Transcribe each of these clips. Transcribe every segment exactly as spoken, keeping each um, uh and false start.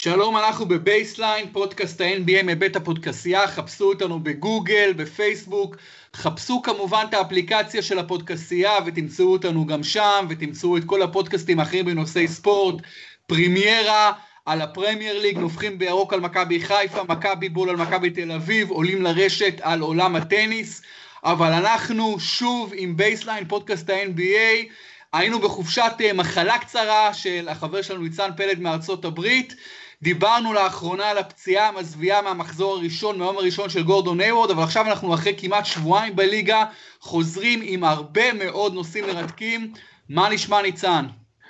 שלום, אנחנו בבייסליין, פודקאסט ה-אן בי איי מבית הפודקאסיה, חפשו אותנו בגוגל, בפייסבוק, חפשו כמובן את האפליקציה של הפודקאסיה ותמצאו אותנו גם שם, ותמצאו את כל הפודקאסטים האחרים בנושאי ספורט, פרימיירה על הפרמייר ליג, נופחים בירוק על מכבי חיפה, מכבי בול על מכבי תל אביב, עולים לרשת על עולם הטניס, אבל אנחנו שוב עם בייסליין, פודקאסט ה-אן בי איי, היינו בחופשת מחלה קצרה של החבר שלנו ניצן פלד מארצות הברית, דיברנו לאחרונה על הפציעה המזוויעה מהמחזור הראשון, מהיום הראשון של גורדון היוורד, אבל עכשיו אנחנו אחרי כמעט שבועיים בליגה, חוזרים עם הרבה מאוד נושאים מרתקים. מה נשמע ניצן?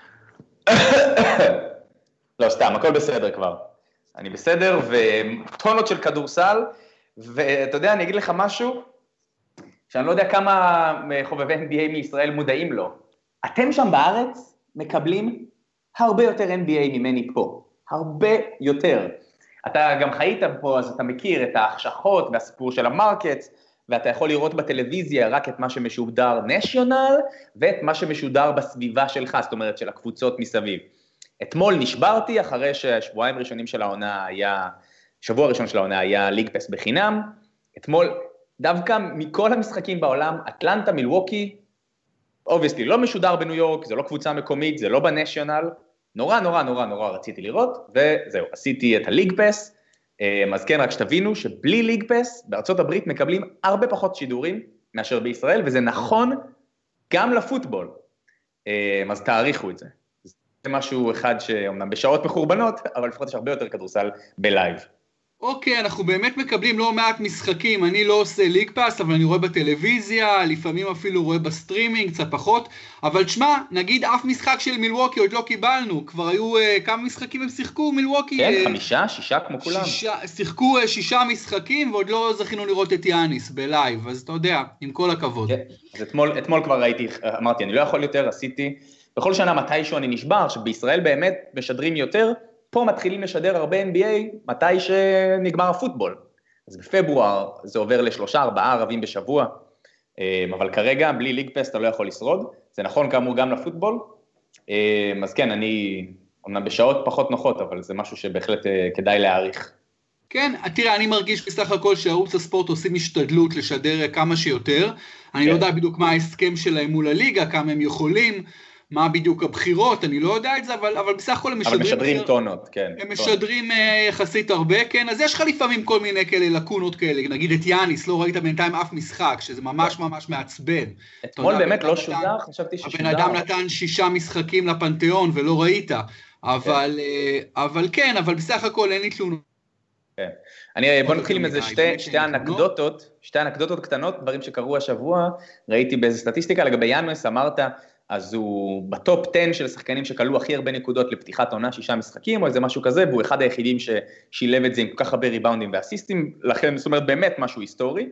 לא, סתם, הכל בסדר כבר. אני בסדר, וטונות של כדורסל, ואתה יודע, אני אגיד לך משהו, שאני לא יודע כמה חובבי אן בי איי מישראל מודעים לו. אתם שם בארץ מקבלים הרבה יותר אן בי איי ממני פה. הרבה יותר. אתה גם חיית פה, אז אתה מכיר את ההחשכות והסיפור של המרקט, ואתה יכול לראות בטלוויזיה רק את מה שמשודר נשיונל, ואת מה שמשודר בסביבה שלך, זאת אומרת של הקבוצות מסביב. אתמול נשברתי, אחרי שהשבועיים הראשונים של העונה היה, שבוע הראשון של העונה היה ליג פס בחינם, אתמול דווקא מכל המשחקים בעולם, אטלנטה, מילווקי, obviously לא משודר בניו יורק, זה לא קבוצה מקומית, זה לא בנשיונל, נורא נורא נורא נורא רציתי לראות, וזהו, עשיתי את הליג פס, אז כן, רק שתבינו שבלי ליג פס, בארצות הברית מקבלים הרבה פחות שידורים מאשר בישראל, וזה נכון גם לפוטבול, אז תעריכו את זה. זה משהו אחד שאומנם בשעות מחורבנות, אבל לפחות יש הרבה יותר כדורסל בלייב. אוקיי, אנחנו באמת מקבלים לא מעט משחקים, אני לא עושה ליג פאס, אבל אני רואה בטלוויזיה, לפעמים אפילו רואה בסטרימינג, קצת פחות, אבל תשמע, נגיד אף משחק של מילווקי עוד לא קיבלנו, כבר היו uh, כמה משחקים הם שיחקו, מילווקי? כן, uh, חמישה, שישה כמו כולם. שישה, שיחקו uh, שישה משחקים, ועוד לא זכינו לראות את יאניס בלייב, אז אתה יודע, עם כל הכבוד. כן, אז אתמול, אתמול כבר ראיתי, אמרתי, אני לא יכול יותר, עשיתי, בכל שנה מתישהו אני נשבר, שבישראל באמת משדרים יותר, פה מתחילים לשדר הרבה אן בי איי, מתי שנגמר הפוטבול. אז בפברואר זה עובר לשלושה, ארבעה ערבים בשבוע, אבל כרגע בלי ליג פס אתה לא יכול לשרוד, זה נכון כאמור גם לפוטבול, אז כן, אני אומנם בשעות פחות נוחות, אבל זה משהו שבהחלט כדאי להעריך. כן, תראה, אני מרגיש בסך הכל שערוץ הספורט עושים השתדלות לשדר כמה שיותר, אני לא יודע בדיוק מה ההסכם שלהם מול הליגה, כמה הם יכולים, מה בדיוק הבחירות, אני לא יודע את זה, אבל, אבל בסך הכל הם משדרים... אבל משדרים אחר, טונות, כן. הם טונות. משדרים יחסית הרבה, כן, אז יש לך לפעמים כל מיני כאלה לקונות כאלה, נגיד את יאניס, לא ראית בינתיים אף משחק, שזה ממש ממש מעצבן. אתמול באמת לא שודר, חשבתי ששודר. הבן אדם נתן שישה משחקים לפנתיאון ולא ראית, אבל, כן. אבל כן, אבל בסך הכל אין לי תלונות. כן. אני, בוא נתחיל עם איזה שתי, שתי אנקדוטות, שתי אנקדוטות קטנות, דברים שקרו השבוע, ראיתי באיזה סטטיסטיקה לגבי יאניס, אמרת, אז הוא בטופ עשר של השחקנים שקלו הכי הרבה נקודות לפתיחת עונה, שישה משחקים או איזה משהו כזה, והוא אחד היחידים ששילב את זה עם כל כך הרבה ריבאונדים ואסיסטים, לכן זאת אומרת באמת משהו היסטורי,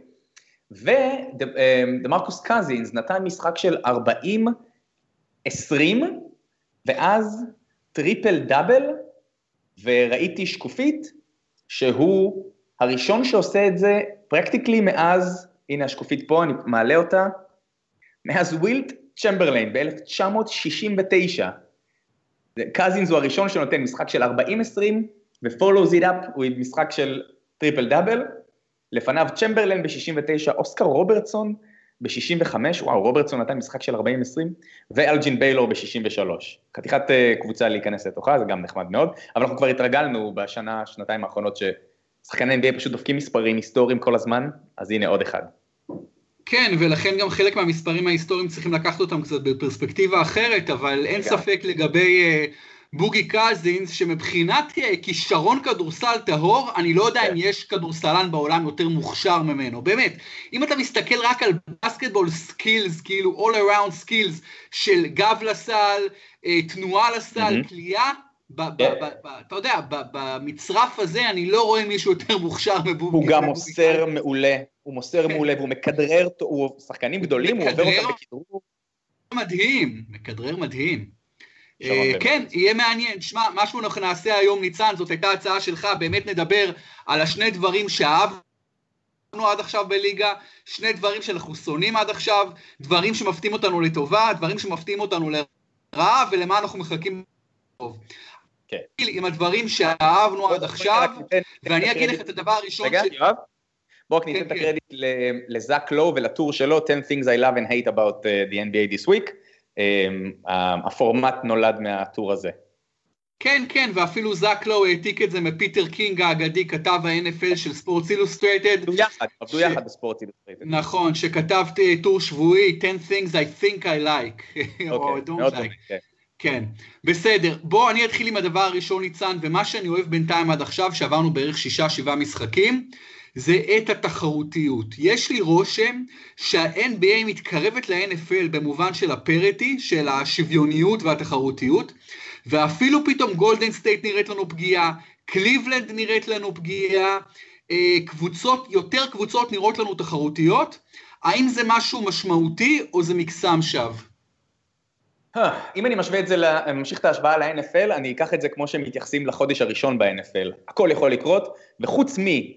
ודמרקוס קזינס נתן משחק של ארבעים עשרים, ואז טריפל דאבל, וראיתי שקופית, שהוא הראשון שעושה את זה פרקטיקלי מאז, הנה השקופית פה, אני מעלה אותה, מאז ווילט צ'מברליין ב-אלף תשע מאות שישים ותשע, קזינס הוא הראשון שנותן משחק של ארבעים עשרים, ו-follows it up הוא משחק של טריפל דאבל, לפניו צ'מברליין ב-שישים ותשע, אוסקר רוברטסון ב-שישים וחמש, וואו, רוברטסון נתן משחק של ארבעים עשרים, ואלג'ין ביילור ב-שישים ושלוש. חתיכת קבוצה להיכנס לתוכה, זה גם נחמד מאוד, אבל אנחנו כבר התרגלנו בשנה, שנתיים האחרונות, ששחקני אן בי איי פשוט דופקים מספרים היסטוריים כל הזמן, אז הנה עוד אחד. כן, ולכן גם חלק מהמספרים ההיסטוריים צריכים לקחת אותם קצת בפרספקטיבה אחרת, אבל אין ספק לגבי בוגי קזינס, שמבחינת כישרון כדורסל טהור, אני לא יודע אם יש כדורסלן בעולם יותר מוכשר ממנו, באמת. אם אתה מסתכל רק על בסקטבול סקילס, כאילו all around skills של גב לסל, תנועה לסל, קליעה, אתה יודע, במצרף הזה אני לא רואה מישהו יותר מוכשר מבוגי. הוא גם מוסר מעולה, הוא מוסר מעולה, והוא מקדרר, הוא שחקנים גדולים, הוא עובר אותם בכדרור. מדהים, מקדרר מדהים. כן, יהיה מעניין. שמע, משהו אנחנו נעשה היום ניצן, זאת הייתה הצעה שלך, באמת נדבר על השני דברים שאהבנו עד עכשיו בליגה, שני דברים שאנחנו שונאים עד עכשיו, דברים שמפתיעים אותנו לטובה, דברים שמפתיעים אותנו לרעה, ולמה אנחנו מחכים טוב. עם הדברים שאהבנו עד עכשיו, ואני אגיד לך את הדבר הראשון רגע, יואב, בואו ניתן את הקרדיט לזאק לואו ולטור שלו, ten things I love and hate about the N B A this week, הפורמט נולד מהטור הזה. כן, כן, ואפילו זאק לואו העתיק את זה מפיטר קינג האגדי, כתב ה-N F L של ספורטס אילוסטרייטד. עבדו יחד, עבדו יחד בספורטס אילוסטרייטד. נכון, שכתב טור שבועי, ten things I think I like. אוקיי, מאוד דומה, כן. כן, בסדר. בוא, אני אתחיל עם הדבר הראשון, ניצן, ומה שאני אוהב בינתיים עד עכשיו, שעברנו בערך שישה, שבעה משחקים, זה את התחרותיות. יש לי רושם שה-N B A מתקרבת ל-N F L במובן של הפריטי, של השוויוניות והתחרותיות, ואפילו פתאום גולדן סטייט נראית לנו פגיעה, קליבלנד נראית לנו פגיעה, קבוצות, יותר קבוצות נראות לנו תחרותיות. האם זה משהו משמעותי או זה מקסם שווא? אם אני משווה את זה, ממשיך את ההשוואה ל-N F L, אני אקח את זה כמו שהם מתייחסים לחודש הראשון ב-N F L. הכל יכול לקרות, וחוץ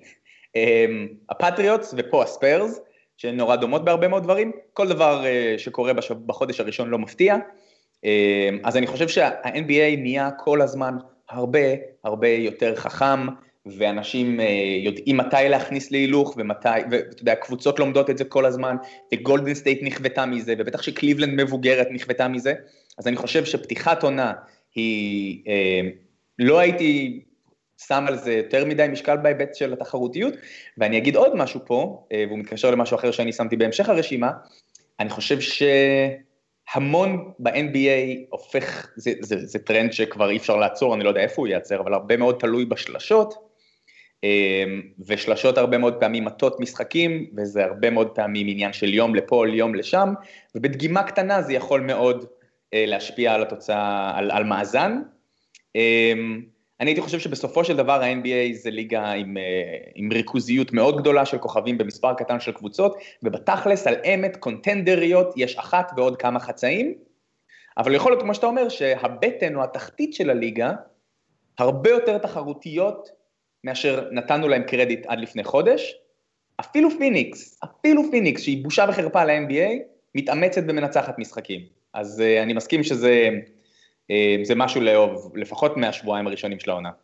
מהפטריוטס ופה הספיירס, שהן נורא דומות בהרבה מאוד דברים, כל דבר שקורה בחודש הראשון לא מפתיע, אז אני חושב שה-N B A נהיה כל הזמן הרבה הרבה יותר חכם, ואנשים יודעים מתי להכניס להילוך, ומתי, ואתה יודע, קבוצות לומדות את זה כל הזמן, וגולדן סטייט נכוותה מזה, ובטח שקליבלנד מבוגרת נכוותה מזה, אז אני חושב שפתיחת עונה היא, לא הייתי שם על זה יותר מדי משקל בהיבט של התחרותיות, ואני אגיד עוד משהו פה, והוא מתקשר למשהו אחר שאני שמתי בהמשך הרשימה, אני חושב שהמון ב-N B A הופך, זה, זה, זה טרנד שכבר אי אפשר לעצור, אני לא יודע איפה הוא ייעצר, אבל הרבה מאוד תלוי בשלשות, ושלשות הרבה מאוד פעמים מטות משחקים, וזה הרבה מאוד פעמים עניין של יום לפה, יום לשם, ובדגימה קטנה זה יכול מאוד להשפיע על התוצאה, על, על מאזן. אני הייתי חושב שבסופו של דבר ה-N B A זה ליגה עם, עם ריכוזיות מאוד גדולה של כוכבים במספר קטן של קבוצות, ובתכלס על אמת קונטנדריות יש אחת ועוד כמה חצאים, אבל יכול להיות כמו שאתה אומר שהבטן או התחתית של הליגה הרבה יותר תחרותיות מאשר נתנו להם קרדיט עד לפני חודש, אפילו פיניקס, אפילו פיניקס שהיא בושה וחרפה ל-N B A מתאמצת במנצחת משחקים, אז uh, אני מסכים שזה uh, זה משהו לאהוב, לפחות מהשבועיים הראשונים של העונה.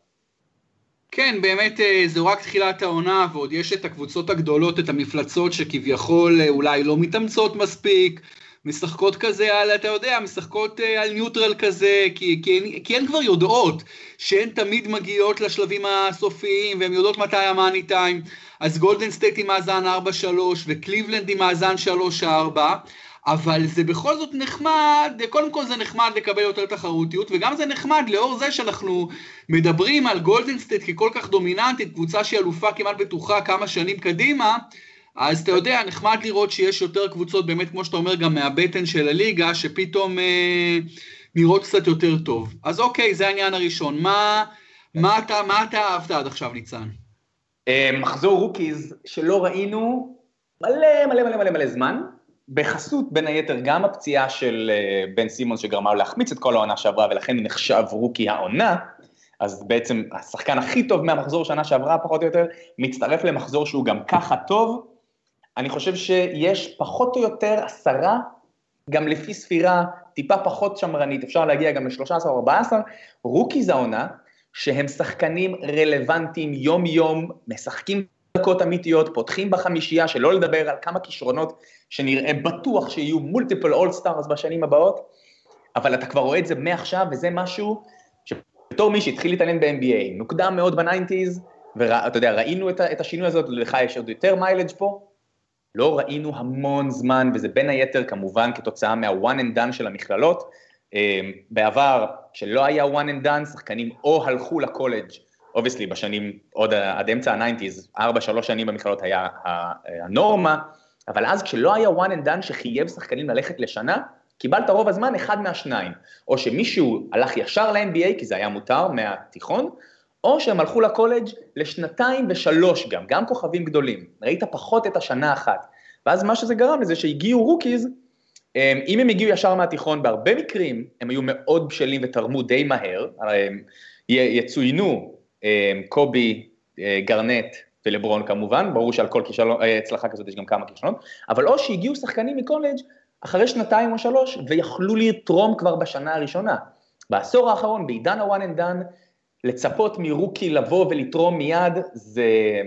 כן, באמת זו רק תחילת העונה, ועוד יש את הקבוצות הגדולות, את המפלצות שכביכול אולי לא מתאמצות מספיק, משחקות כזה על, אתה יודע, משחקות על ניוטרל כזה, כי, כי, כי הן כבר יודעות שהן תמיד מגיעות לשלבים הסופיים, והן יודעות מתי המאני טיים, אז גולדן סטייט עם מאזן ארבע שלוש, וקליבלנד עם מאזן שלוש ארבע, אבל זה בכל זאת נחמד, קודם כל זה נחמד לקבל יותר תחרותיות, וגם זה נחמד לאור זה שאנחנו מדברים על גולדן סטייט ככל כך דומיננטית, קבוצה שהיא אלופה כמעט בטוחה כמה שנים קדימה, אז אתה יודע, נחמד לראות שיש יותר קבוצות, באמת כמו שאתה אומר, גם מהבטן של הליגה, שפתאום אה, נראות קצת יותר טוב. אז אוקיי, זה העניין הראשון. מה, מה, אתה, מה אתה אהבת עד עכשיו, ניצן? מחזור רוקיז שלא ראינו מלא מלא מלא מלא מלא זמן, בחסות בין היתר גם הפציעה של בן סימונס שגרמה לו להחמיץ את כל העונה שעברה, ולכן הוא נחשב רוקי העונה, אז בעצם השחקן הכי טוב מהמחזור שנה שעברה פחות או יותר, מצטרף למחזור שהוא גם ככה טוב. אני חושב שיש פחות או יותר עשרה, גם לפי ספירה טיפה פחות שמרנית, אפשר להגיע גם ל-שלושה עשר ארבע עשרה, רוקיז העונה, שהם שחקנים רלוונטיים יום יום, משחקים דקות אמיתיות, פותחים בחמישייה, שלא לדבר על כמה כישרונות שנראה בטוח שיהיו מולטיפל אול סטארס בשנים הבאות, אבל אתה כבר רואה את זה מעכשיו, וזה משהו שבתור מי שהתחיל להתעניין ב-N B A, מוקדם מאוד ב-תשעים, ואתה יודע, ראינו את, את השינוי הזאת, לך יש עוד יותר מיילג' פה, לא ראינו המון זמן, וזה בין היתר כמובן כתוצאה מה-one and done של המכללות, בעבר, כשלא היה one and done, שחקנים או הלכו לקולג', obviously בשנים, עוד עד אמצע ה-תשעים, ארבע שלוש שנים במכללות היה הנורמה, אבל אז כשלא היה one and done שחייב שחקנים ללכת לשנה, קיבלת רוב הזמן אחד מהשניים, או שמישהו הלך ישר ל-N B A, כי זה היה מותר מהתיכון, או שהם הלכו לקולג' לשנתיים ושלוש גם, גם כוכבים גדולים, ראית פחות את השנה אחת, ואז מה שזה גרם לזה שהגיעו רוקיז, אם הם הגיעו ישר מהתיכון, בהרבה מקרים הם היו מאוד בשלים ותרמו די מהר, יצוינו קובי, גרנט ולברון כמובן, ברור שעל כל הצלחה כזאת יש גם כמה כישלונות, אבל או שהגיעו שחקנים מקולג' אחרי שנתיים או שלוש, ויכלו לתרום כבר בשנה הראשונה. בעשור האחרון, בעידן ה-one and done, לצפות מרוקי לבוא ולתרום מיד, זה,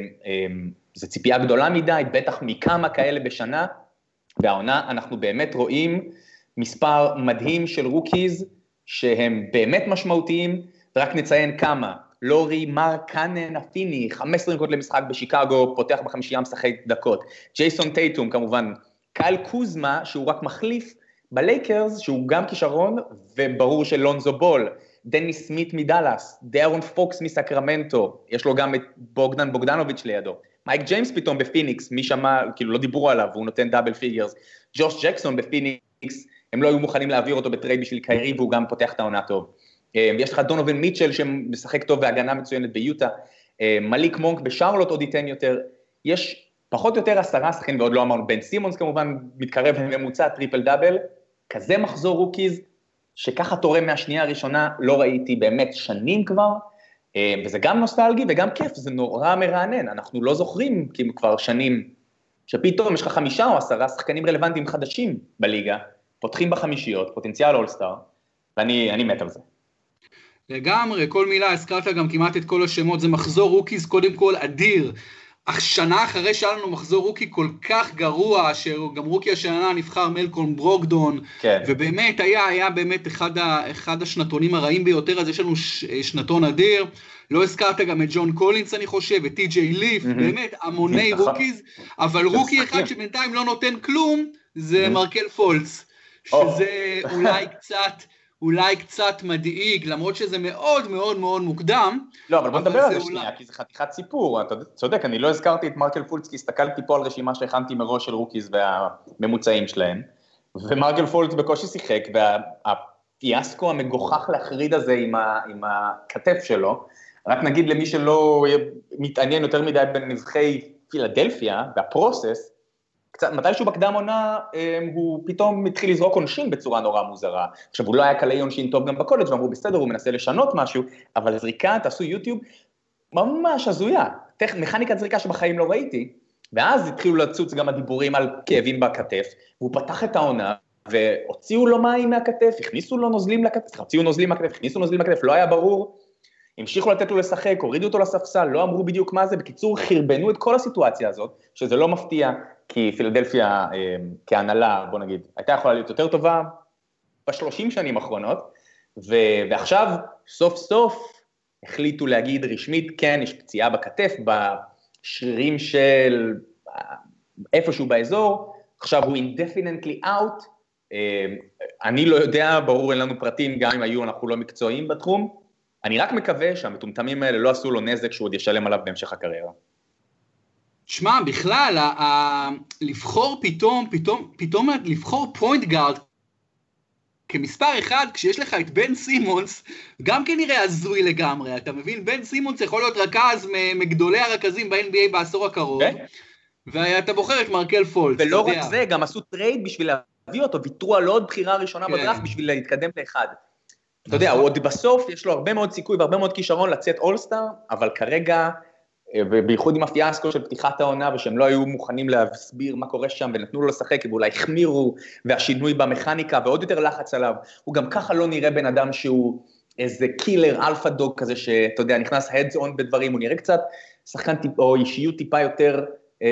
זה ציפייה גדולה מדי, בטח מכמה כאלה בשנה, והעונה אנחנו באמת רואים מספר מדהים של רוקיז, שהם באמת משמעותיים, ורק נציין כמה, לורי מרקנן הפיני, חמש עשרה דקות למשחק בשיקגו, פותח בחמישייה משחק דקות, ג'ייסון טייטום כמובן, קייל קוזמה, שהוא רק מחליף בלייקרס, שהוא גם כישרון, וברור שלונזו בול, דניס סמית מדלס, דארון פוקס מסקרמנטו, יש לו גם את בוגדן בוגדנוביץ' לידו, מייק ג'יימס פתאום בפיניקס, מי שמע, כאילו לא דיברו עליו, והוא נותן דאבל פיגרס, ג'וש ג'קסון בפיניקס, הם לא היו מוכנים להעביר אותו בטרייד בשביל קיירי, והוא גם פותח את העונה טוב. יש לך דונובין מיטשל שמשחק טוב והגנה מצוינת ביוטה, מליק מונק בשרלוט עוד ייתן יותר, יש פחות או יותר עשרה שחקנים, ועוד לא אמרנו, בן סימונס כמובן מתקרב לממוצע טריפל דאבל, כזה מחזור רוקיז, שככה תורם מהשנייה הראשונה, לא ראיתי באמת שנים כבר, וזה גם נוסטלגי וגם כיף, זה נורא מרענן, אנחנו לא זוכרים כבר שנים, שפתאום יש לך חמישה או עשרה שחקנים רלוונטיים חדשים בליגה, פותחים בחמישיות, פוטנציאל אולסטאר, ואני אני מת על זה. לגמרי, כל מילה, הזכרת גם כמעט את כל השמות, זה מחזור רוקיז קודם כל אדיר, אך שנה אחרי שהיה לנו מחזור רוקי כל כך גרוע, שגם רוקי השנה נבחר מלקולם ברוגדון, כן. ובאמת היה, היה באמת אחד, ה, אחד השנתונים הרעים ביותר, אז יש לנו ש, שנתון אדיר, לא הזכרת גם את ג'ון קולינס אני חושב, את טי ג'יי ליף, באמת המוני רוקיז, אבל רוקי אחד שבינתיים לא נותן כלום, זה מרקל פולץ, שזה אולי קצת... אולי קצת מדאיג, למרות שזה מאוד מאוד מאוד מוקדם. לא, אבל בוא נדבר על זה שנייה, כי זה חתיכת סיפור, אתה צודק, אני לא הזכרתי את מרקל פולץ, כי הסתכלתי פה על רשימה שהכנתי מראש של רוקיז והממוצעים שלהם, ומרקל פולץ בקושי שיחק, והפיאסקו המגוחך להחריד הזה עם, ה, עם הכתף שלו, רק נגיד למי שלא מתעניין יותר מדי בנבחי פילדלפיה, והפרוסס, קצת, מתישהו בקדם עונה, הוא פתאום התחיל לזרוק עונשין בצורה נורא מוזרה. עכשיו, הוא לא היה קלי עונשין טוב גם בקולג' ואמרו, בסדר, הוא מנסה לשנות משהו, אבל זריקה, תעשו יוטיוב, ממש הזויה. מכניקת זריקה שבחיים לא ראיתי, ואז התחילו לצוץ גם הדיבורים על כאבים בכתף, והוא פתח את העונה, והוציאו לו מים מהכתף, הכניסו לו נוזלים לכתף, הוציאו נוזלים מהכתף, הכניסו נוזלים מהכתף, לא היה ברור, המשיכו לתת לו לשחק, הורידו אותו לספסל, לא אמרו בדיוק מה זה, בקיצור, חרבנו את כל הסיטואציה הזאת, שזה לא מפתיע, כי פילדלפיה כהנהלה, בוא נגיד, הייתה יכולה להיות יותר טובה בשלושים שנים האחרונות, ועכשיו, סוף סוף, החליטו להגיד רשמית, כן, יש פציעה בכתף, בשרירים של איפשהו באזור, עכשיו הוא indefinitely out, אני לא יודע, ברור אין לנו פרטים, גם אם היו, אנחנו לא מקצועיים בתחום, אני רק מקווה שהמטומטמים האלה לא עשו לו נזק שהוא עוד ישלם עליו בהמשך הקריירה. תשמע, בכלל, ה- ה- לבחור פתאום, פתאום, פתאום לבחור פוינט גארד כמספר אחד, כשיש לך את בן סימונס, גם כנראה הזוי לגמרי, אתה מבין? בן סימונס יכול להיות רכז מגדולי הרכזים ב-אן בי איי בעשור הקרוב, okay. ואתה בוחר את מרקל פולץ. ולא רק זה, גם עשו טרייד בשביל להביא אותו, ויתרו על עוד בחירה ראשונה okay. בדראפט בשביל להתקדם לאחד. אתה יודע, עוד בסוף יש לו הרבה מאוד סיכוי והרבה מאוד כישרון לצאת אולסטאר, אבל כרגע, ובייחוד עם הפיאסקו של פתיחת העונה, ושהם לא היו מוכנים להסביר מה קורה שם, ונתנו לו לשחק, ואולי החמירו, והשינוי במכניקה, ועוד יותר לחץ עליו, הוא גם ככה לא נראה בן אדם שהוא איזה קילר, אלפא דוג כזה, שאתה יודע, נכנס heads on בדברים, הוא נראה קצת שחקן או אישיות טיפה יותר,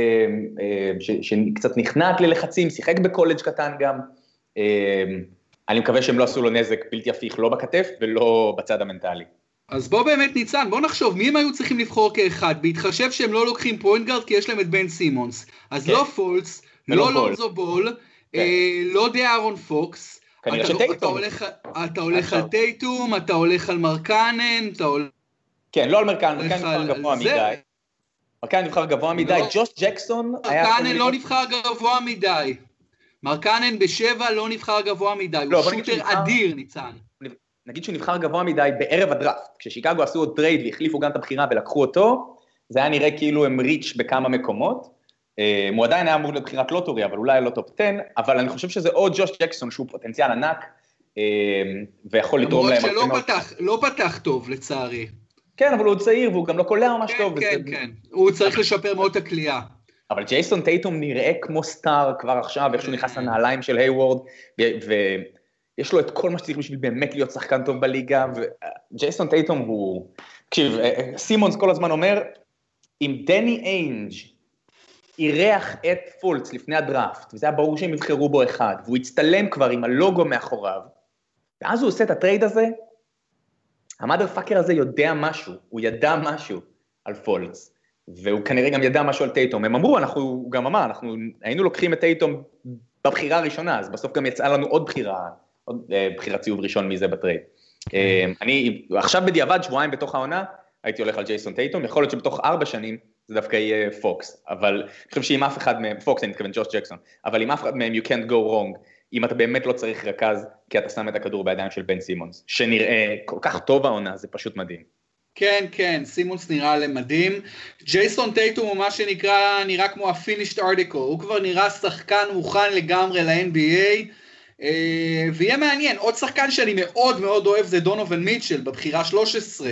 שקצת נכנעת ללחצים, שיחק בקולג' קטן גם, אני מקווה שהם לא עשו לו נזק בלתי הפיך, לא בכתף ולא בצד המנטלי. אז בוא באמת ניצן, בוא נחשוב, מי הם היו צריכים לבחור כאחד? בהתחשב שהם לא לוקחים פוינט גארד, כי יש להם את בן סימונס. אז כן. לא פולץ, לא לונזו בול, כן. אה, לא דארון פוקס. כנראה אתה, שטייטום. אתה הולך, אתה הולך על טייטום, אתה הולך על מרקנן, אתה הולך... כן, לא על מרקנן, מרקנן נבחר גבוה מדי. מרקנן נבחר גבוה מדי, ג'וש ג'קסון היה... מרקנן לא נבחר גבוה מדי. מרקנן בשבע לא נבחר גבוה מדי, הוא שוטר אדיר ניצן. נגיד שהוא נבחר גבוה מדי בערב הדראפט, כששיקגו עשו עוד טרייד והחליפו גם את הבחירה ולקחו אותו, זה היה נראה כאילו הם ריץ' בכמה מקומות, הוא עדיין היה אמור לבחירת לוטורי, אבל אולי לא טופ עשר, אבל אני חושב שזה או ג'וש ג'קסון שהוא פוטנציאל ענק, ויכול לתרום להם... למרות שלא לא פתח טוב לצערי. כן, אבל הוא צעיר והוא גם לא קולע ממש כן, טוב. כן, וזה... כן, הוא צריך לשפר מאוד את הקליעה. אבל ג'ייסון טייטום נראה כמו סטאר כבר עכשיו, איך שהוא נכנס לנעליים של היוורד, ו... יש לו את כל מה שצריך בשביל באמת להיות שחקן טוב בליגה, וג'ייסון טייטום הוא, תקשיב, סימונס כל הזמן אומר, אם דני איינג' אירח את פולץ לפני הדראפט, וזה היה ברור שהם יבחרו בו אחד, והוא הצטלם כבר עם הלוגו מאחוריו, ואז הוא עושה את הטרייד הזה, המאדר פאקר הזה יודע משהו, הוא ידע משהו על פולץ, והוא כנראה גם ידע משהו על טייטום, הם אמרו, אנחנו, הוא גם אמר, אנחנו היינו לוקחים את טייטום בבחירה הראשונה, אז בסוף גם יצאה לנו עוד בחירה, עוד אה, בחירת ציוב ראשון מזה בטרייד. אה, אני, עכשיו בדיעבד, שבועיים בתוך העונה, הייתי הולך על ג'ייסון טייטום, יכול להיות שבתוך ארבע שנים, זה דווקא יהיה פוקס, אבל אני חושב שאם אף אחד מהם, פוקס אני מתכוון ג'וש ג'קסון, אבל אם אף אחד מהם you can't go wrong, אם אתה באמת לא צריך רכז, כי אתה שם את הכדור בידיים של בן סימונס, שנראה כל כך טוב העונה, זה פשוט מדהים. כן, כן, סימונס נראה למדהים. ג'ייסון טייטום הוא מה שנקרא, נראה כמו ה-finished article, הוא כבר נראה שחקן מוכן לגמרי ל-אן בי איי, ויהיה מעניין, עוד שחקן שאני מאוד מאוד אוהב זה דונובל מיטשל, בבחירה שלוש עשרה,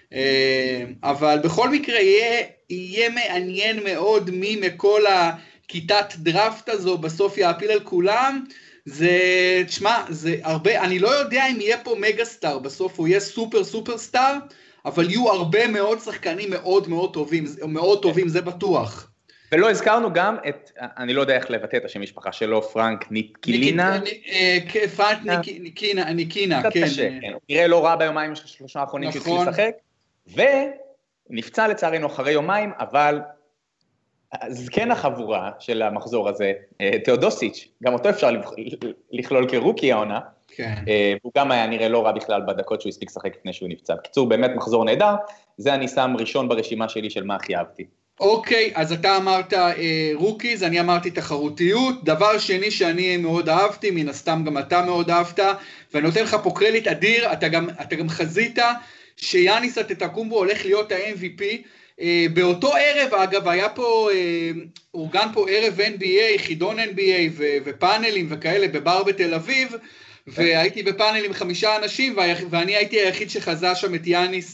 אבל בכל מקרה יהיה, יהיה מעניין מאוד מי מכל הכיתת דראפט הזו בסוף יעפיל על כולם, זה, תשמע, זה הרבה, אני לא יודע אם יהיה פה מגה סטאר, בסוף הוא יהיה סופר סופר סטאר, אבל יהיו הרבה מאוד שחקנים מאוד מאוד טובים, מאוד טובים, זה בטוח. ולא הזכרנו גם את, אני לא יודע איך לבטא את השם משפחה שלו, פרנק ניקילינה. פרנק ניקינה, ניקינה, כן. הוא נראה לא רע ביומיים שלושה האחרונים שהתחיל לשחק, ונפצע לצערנו אחרי יומיים, אבל אז כן החבורה של המחזור הזה, תיאודוסיץ', גם אותו אפשר לכלול כרוקי העונה, הוא גם היה נראה לא רע בכלל בדקות שהוא הספיק לשחק לפני שהוא נפצע. בקיצור, באמת מחזור נהדר, זה אני שם ראשון ברשימה שלי של מה הכי אהבתי. אוקיי, אז אתה אמרת רוקיז, אני אמרתי תחרותיות, דבר שני שאני מאוד אהבתי, מן הסתם גם אתה מאוד אהבת, ואני נותן לך פה קרדיט אדיר, אתה גם, אתה גם חזית שיאניס אנטטוקומפו הולך להיות ה-אם וי פי, באותו ערב אגב היה פה, אורגן פה ערב אן בי איי, חידון אן בי איי ופאנלים וכאלה בבר בתל אביב, והייתי בפאנל עם חמישה אנשים, ואני הייתי היחיד שחזה שם את יאניס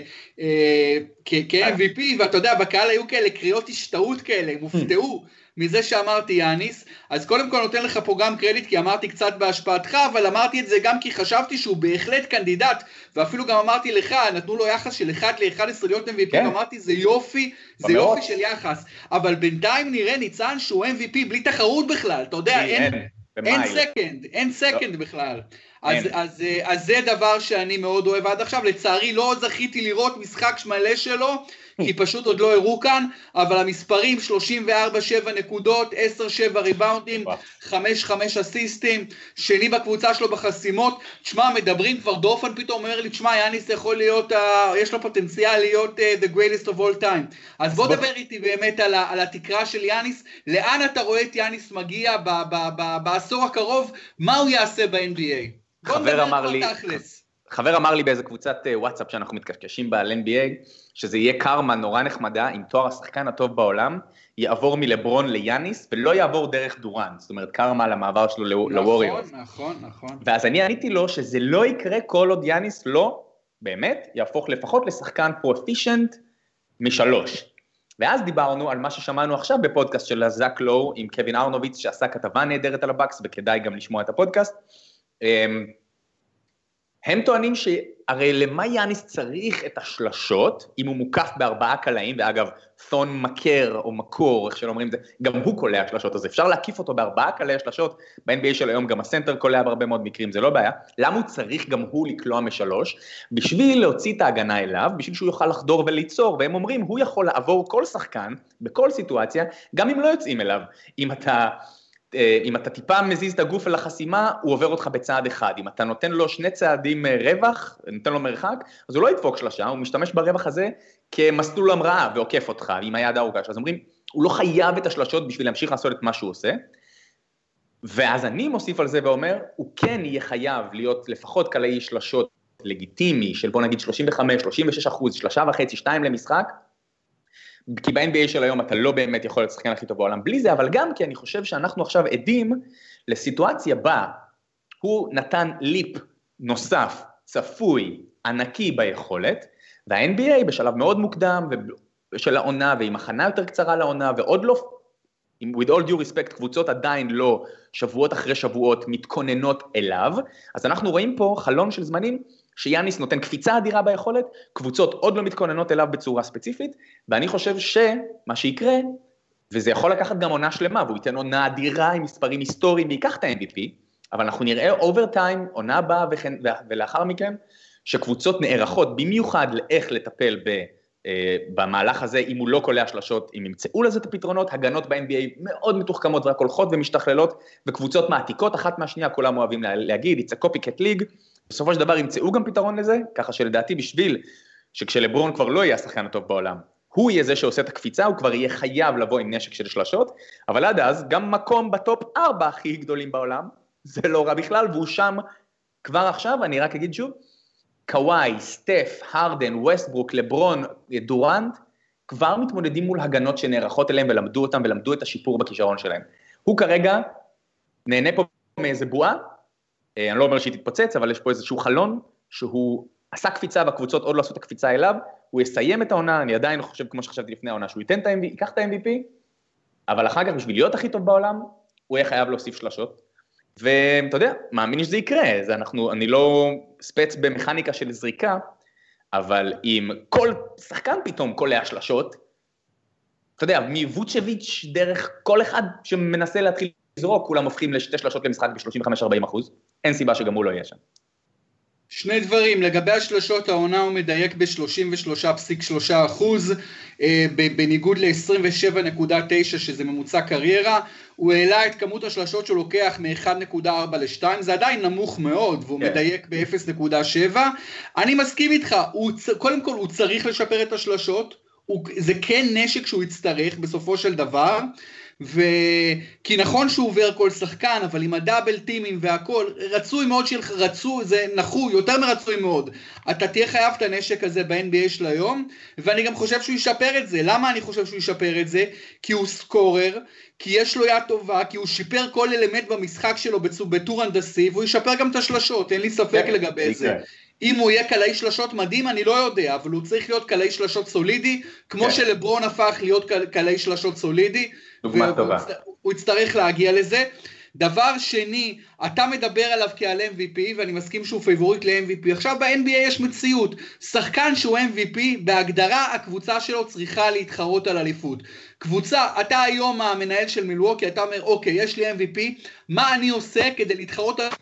כ-אם וי פי, ואתה יודע, בקהל היו כאלה קריאות השתאות כאלה, הם הופתעו מזה שאמרתי יאניס, אז קודם כל נותן לך פה גם קרדיט, כי אמרתי קצת בהשפעתך, אבל אמרתי את זה גם כי חשבתי שהוא בהחלט קנדידט, ואפילו גם אמרתי לך, נתנו לו יחס של אחד ל-אחד עשרה להיות אם וי פי, ואמרתי זה יופי, זה יופי של יחס, אבל בינתיים נראה ניצן שהוא אם וי פי בלי תחרות בכלל, אתה יודע, אין... אין סקנד, אין סקנד בכלל. אז, אז, אז זה דבר שאני מאוד אוהב עד עכשיו, לצערי לא זכיתי לראות משחק מלא שלו, כי פשוט עוד לא הראו כאן, אבל המספרים שלושים וארבע שבע נקודות, עשר שבע ריבאונדים, חמש חמש אסיסטים, שני בקבוצה שלו בחסימות, תשמע, מדברים כבר דופן פתאום אומר לי, תשמע, יאניס יכול להיות, uh, יש לו פוטנציאל להיות uh, the greatest of all time. אז בוא דבר איתי באמת על, על התקרה של יאניס, לאן אתה רואה את יאניס מגיע ב, ב, ב, בעשור הקרוב, מה הוא יעשה ב-אן בי איי? חבר אמר לי... חבר אמר לי באיזה קבוצת וואטסאפ שאנחנו מתקשקשים ב-אן בי איי, שזה יהיה קרמה נורא נחמדה, עם תואר השחקן הטוב בעולם, יעבור מלברון ליאניס, ולא יעבור דרך דורן, זאת אומרת קרמה למעבר שלו לווריורס. נכון, נכון, נכון. ואז אני עניתי לו שזה לא יקרה כל עוד יאניס לא, באמת, יהפוך לפחות לשחקן פרופישנט משלוש. ואז דיברנו על מה ששמענו עכשיו בפודקאסט של זאק לואו, עם קווין ארנוביץ, שעשה כתבה נהדרת על הבקס, וכדאי גם לשמוע את הפודקאסט. הם טוענים שהרי למה יאניס צריך את השלשות, אם הוא מוקף בארבעה קלעים, ואגב, תון מקר או מקור, איך שאומרים את זה, גם הוא קולע השלשות, אז אפשר להקיף אותו בארבעה קלעי השלשות, ב-אן בי איי של היום גם הסנטר קולע בהרבה מאוד מקרים, זה לא בעיה, למה הוא צריך גם הוא לקלוע משלוש? בשביל להוציא את ההגנה אליו, בשביל שהוא יוכל לחדור וליצור, והם אומרים, הוא יכול לעבור כל שחקן, בכל סיטואציה, גם אם לא יוצאים אליו, אם אתה... אם אתה טיפה מזיז את הגוף אל החסימה, הוא עובר אותך בצעד אחד. אם אתה נותן לו שני צעדים רווח, נותן לו מרחק, אז הוא לא ידפוק שלושה, הוא משתמש ברווח הזה כמסלול המראה ועוקף אותך, עם היד הארוכה. אז אומרים, הוא לא חייב את השלשות בשביל להמשיך לעשות את מה שהוא עושה, ואז אני מוסיף על זה ואומר, הוא כן יהיה חייב להיות לפחות קלעי שלשות לגיטימי, של בוא נגיד שלושים וחמש שלושים ושש אחוז, שלושה וחצי, שתיים למשחק, כי ב-אן בי איי של היום אתה לא באמת יכול להיות שחקן הכי טוב בעולם בלי זה, אבל גם כי אני חושב שאנחנו עכשיו עדים לסיטואציה בה הוא נתן ליפ נוסף, צפוי, ענקי ביכולת, וה-אן בי איי בשלב מאוד מוקדם של העונה, ועם הכנה יותר קצרה לעונה, ועוד לא with all due respect, קבוצות עדיין לא שבועות אחרי שבועות מתכוננות אליו, אז אנחנו רואים פה חלון של זמנים שיאניס נותן קפיצה אדירה ביכולת, קבוצות עוד לא מתכוננות אליו בצורה ספציפית, ואני חושב שמה שיקרה, וזה יכול לקחת גם עונה שלמה, והוא ייתן עונה אדירה עם מספרים היסטוריים, ויקח את ה-אם וי פי, אבל אנחנו נראה אוברטיים, עונה הבאה וכן, ולאחר מכן, שקבוצות נערכות במיוחד לאיך לטפל ב, אה, במהלך הזה, אם הוא לא קולע שלשות, אם ימצאו לזה את הפתרונות, הגנות ב-אן בי איי מאוד מתוחכמות ורק הולכות ומשתכללות, וקבוצות מעתיקות אחת מהשנייה, כולם אוהבים להגיד, it's a copycat league, בסופו של דבר ימצאו גם פתרון לזה, ככה שלדעתי בשביל שכשלברון כבר לא יהיה השחקן הטוב בעולם, הוא יהיה זה שעושה את הקפיצה, הוא כבר יהיה חייב לבוא עם נשק של שלשות, אבל עד אז גם מקום בטופ ארבע הכי גדולים בעולם, זה לא רע בכלל, והוא שם כבר עכשיו, אני רק אגיד שוב, קוואי, סטף, הרדן, ווסטברוק, לברון, דורנט, כבר מתמודדים מול הגנות שנערכות אליהם ולמדו אותם ולמדו את השיפור בכישרון שלהם. הוא כרגע נהנה פה מאיזה בועה, אני לא אומר שהיא תתפוצץ, אבל יש פה איזשהו חלון, שהוא עשה קפיצה והקבוצות עוד לא עשו את הקפיצה אליו, הוא יסיים את העונה, אני עדיין חושב כמו שחשבתי לפני העונה, שהוא ייתן את ה-אם וי פי, ייקח את ה-אם וי פי, אבל אחר כך בשביל להיות הכי טוב בעולם, הוא יהיה חייב להוסיף שלשות, ואתה יודע, מאמין שזה יקרה, זה אנחנו, אני לא ספץ במכניקה של זריקה, אבל אם כל שחקן פתאום קולע שלשות, אתה יודע, מווצ'ביץ' דרך כל אחד שמנסה להתחיל לזרוק, כולם הופכים לשתי שלשות למשחק ב-שלושים וחמש עד ארבעים אחוז, אין סיבה שגם הוא לא יהיה שם. שני דברים, לגבי השלשות העונה הוא מדייק ב-שלושים ושלוש נקודה שלוש אחוז, בניגוד ל-עשרים ושבע נקודה תשע שזה ממוצע קריירה, הוא העלה את כמות השלשות שהוא לוקח מ-אחת נקודה ארבע ל-שתיים, זה עדיין נמוך מאוד, והוא מדייק ב-אפס נקודה שבע, אני מסכים איתך, קודם כל הוא צריך לשפר את השלשות, זה כן נשק שהוא יצטרך בסופו של דבר, וכי נכון שהוא עובר כל שחקן, אבל עם הדאבל טימים והכל, רצוי מאוד שלך, רצוי, זה נחוי, יותר מרצוי מאוד. אתה תהיה חייב את הנשק הזה ב-אן בי איי של היום, ואני גם חושב שהוא ישפר את זה. למה אני חושב שהוא ישפר את זה? כי הוא סקורר, כי יש לו יד טובה, כי הוא שיפר כל אלמנט במשחק שלו בטור הנדסי, והוא ישפר גם את השלשות, אין לי ספק לגבי זה. אם הוא יהיה קלעי שלשות מדהים, אני לא יודע, אבל הוא צריך להיות קלעי שלשות סולידי, כמו שלברון הפך להיות קלעי שלשות סולידי, הוא יצטרך להגיע לזה. דבר שני, אתה מדבר עליו כעל אם וי פי, ואני מסכים שהוא פייבוריט ל-אם וי פי. עכשיו ב-אן בי איי יש מציאות, שחקן שהוא אם וי פי, בהגדרה הקבוצה שלו צריכה להתחרות על אליפות. קבוצה, אתה היום המנהל של מילווקי, אתה אומר, אוקיי, יש לי אם וי פי, מה אני עושה כדי להתחרות על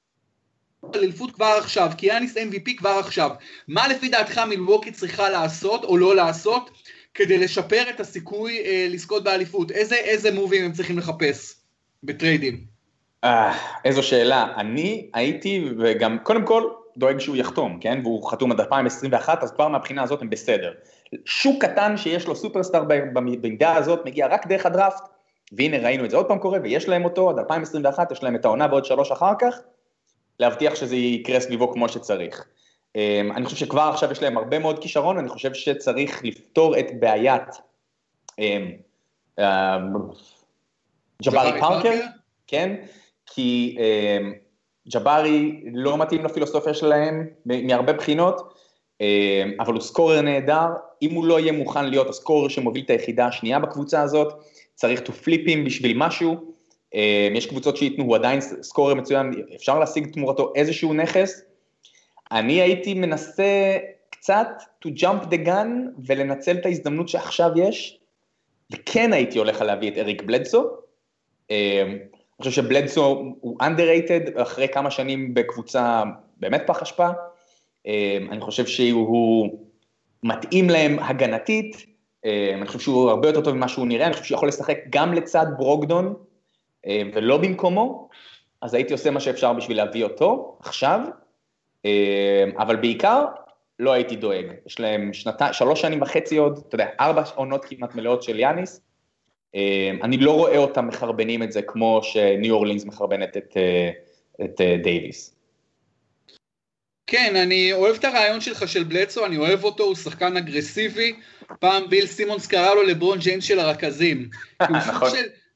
אליפות כבר עכשיו, כי יאניס אם וי פי כבר עכשיו. מה לפי דעתך מילווקי צריכה לעשות או לא לעשות, כדי לשפר את הסיכוי אה, לזכות באליפות? איזה, איזה מובים הם צריכים לחפש בטריידים? אה, איזו שאלה. אני הייתי, וגם, קודם כל, דואג שהוא יחתום, כן? והוא חתום עד אלפיים עשרים ואחת, אז כבר מהבחינה הזאת הם בסדר. שוק קטן שיש לו סופרסטאר במידה הזאת, מגיע רק דרך הדראפט, והנה ראינו את זה עוד פעם קורה, ויש להם אותו, עד אלפיים עשרים ואחת, יש להם את העונה ועוד שלוש אחר כך, להבטיח שזה יקרה סביבו כמו שצריך. אני חושב שכבר עכשיו יש להם הרבה מאוד כישרון, אני חושב שצריך לפתור את בעיית ג'בארי פארקר, כן? כי ג'בארי לא מתאים לפילוסופיה שלהם מהרבה בחינות, אבל הוא סקורר נהדר, אם הוא לא יהיה מוכן להיות הסקורר שמוביל את היחידה השנייה בקבוצה הזאת, צריך to flippים בשביל משהו, יש קבוצות שיתנו, הוא עדיין סקורר מצוין, אפשר להשיג תמורתו איזשהו נכס, אני הייתי מנסה קצת to jump the gun ולנצל את ההזדמנות שעכשיו יש, וכן הייתי הולך להביא את אריק בלדסו, אני חושב שבלדסו הוא underrated אחרי כמה שנים בקבוצה באמת פח אשפה, אני חושב שהוא מתאים להם הגנתית, אני חושב שהוא הרבה יותר טוב ממה שהוא נראה, אני חושב שהוא יכול לשחק גם לצד ברוגדון, ולא במקומו, אז הייתי עושה מה שאפשר בשביל להביא אותו עכשיו, אבל בעיקר לא הייתי דואג, יש להם שנתה, שלוש שנים וחצי עוד, אתה יודע, ארבע עונות כמעט מלאות של יאניס, אני לא רואה אותם מחרבנים את זה כמו שניו אורלינס מחרבנת את, את דייביס. כן, אני אוהב את הרעיון שלך של בלדסו, אני אוהב אותו, הוא שחקן אגרסיבי, פעם ביל סימונס קרא לו לברון ג'יינס של הרכזים, נכון.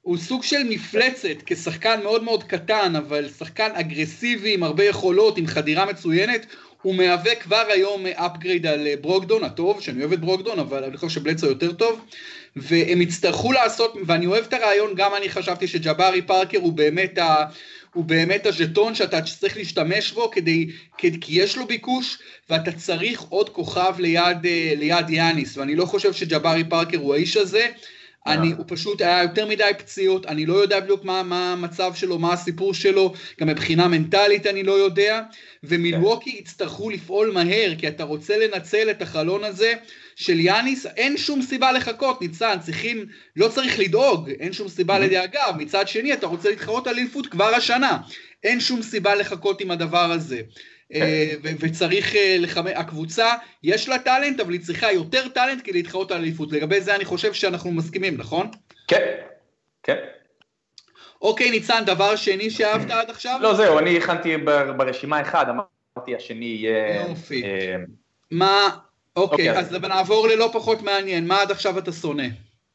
הוא סוג של מפלצת, כשחקן מאוד מאוד קטן, אבל שחקן אגרסיבי, עם הרבה יכולות, עם חדירה מצוינת, הוא מהווה כבר היום אפגרייד על ברוקדון הטוב, שאני אוהב את ברוקדון, אבל אני חושב שבלצו יותר טוב, והם יצטרכו לעשות, ואני אוהב את הרעיון, גם אני חשבתי שג'בארי פארקר הוא באמת ה... הוא באמת הז'טון שאתה צריך להשתמש בו, כדי, כי יש לו ביקוש, ואתה צריך עוד כוכב ליד, ליד יאניס, ואני לא חושב שג'בארי פארקר הוא האיש הזה, אני, הוא פשוט היה יותר מדי פציעות, אני לא יודע בדיוק מה, מה המצב שלו, מה הסיפור שלו, גם מבחינה מנטלית אני לא יודע, ומילווקי יצטרכו לפעול מהר, כי אתה רוצה לנצל את החלון הזה של יאניס, אין שום סיבה לחכות, ניצן, צריכים, לא צריך לדאוג, אין שום סיבה לדאגה, מצד שני אתה רוצה להתחרות על אליפות כבר השנה, אין שום סיבה לחכות עם הדבר הזה. וצריך לחמם, הקבוצה יש לה טלנט, אבל היא צריכה יותר טלנט כדי להתחרות על אליפות. לגבי זה אני חושב שאנחנו מסכימים, נכון? כן, כן. אוקיי, ניצן, דבר שני שאהבת עד עכשיו? לא, זהו, אני הכנתי ברשימה אחד, אמרתי השני יהיה... יופי. מה, אוקיי, אז נעבור ללא פחות מעניין, מה עד עכשיו אתה שונא?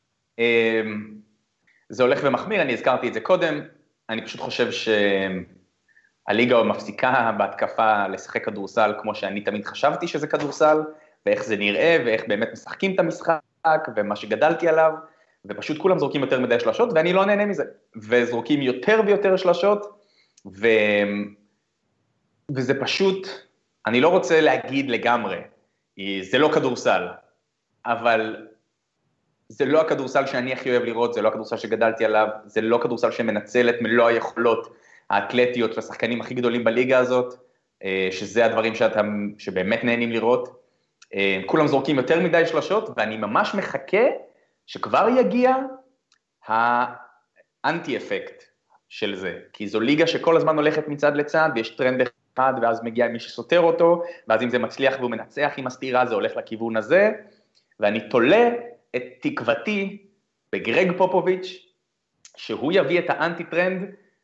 זה הולך ומחמיר, אני הזכרתי את זה קודם, אני פשוט חושב ש... הליגה מפסיקה בהתקפה לשחק כדורסל, כמו שאני תמיד חשבתי שזה כדורסל, ואיך זה נראה, ואיך באמת משחקים את המשחק, ומה שגדלתי עליו, ופשוט כולם זורקים יותר מדי שלשות, ואני לא נהנה מזה. וזורקים יותר ויותר שלשות, ו... וזה פשוט, אני לא רוצה להגיד לגמרי, זה לא כדורסל, אבל זה לא הכדורסל שאני הכי אוהב לראות, זה לא הכדורסל שגדלתי עליו, זה לא כדורסל שמנצל את מלוא היכולות, האתלטיות והשחקנים הכי גדולים בליגה הזאת, שזה הדברים שאתה, שבאמת נהנים לראות. כולם זורקים יותר מדי שלשות, ואני ממש מחכה שכבר יגיע האנטי-אפקט של זה, כי זו ליגה שכל הזמן הולכת מצד לצד, ויש טרנד אחד, ואז מגיע מי שסותר אותו, ואז אם זה מצליח והוא מנצח עם הסתירה, זה הולך לכיוון הזה, ואני תולה את תקוותי בגרג פופוביץ', שהוא יביא את האנטי-טרנד,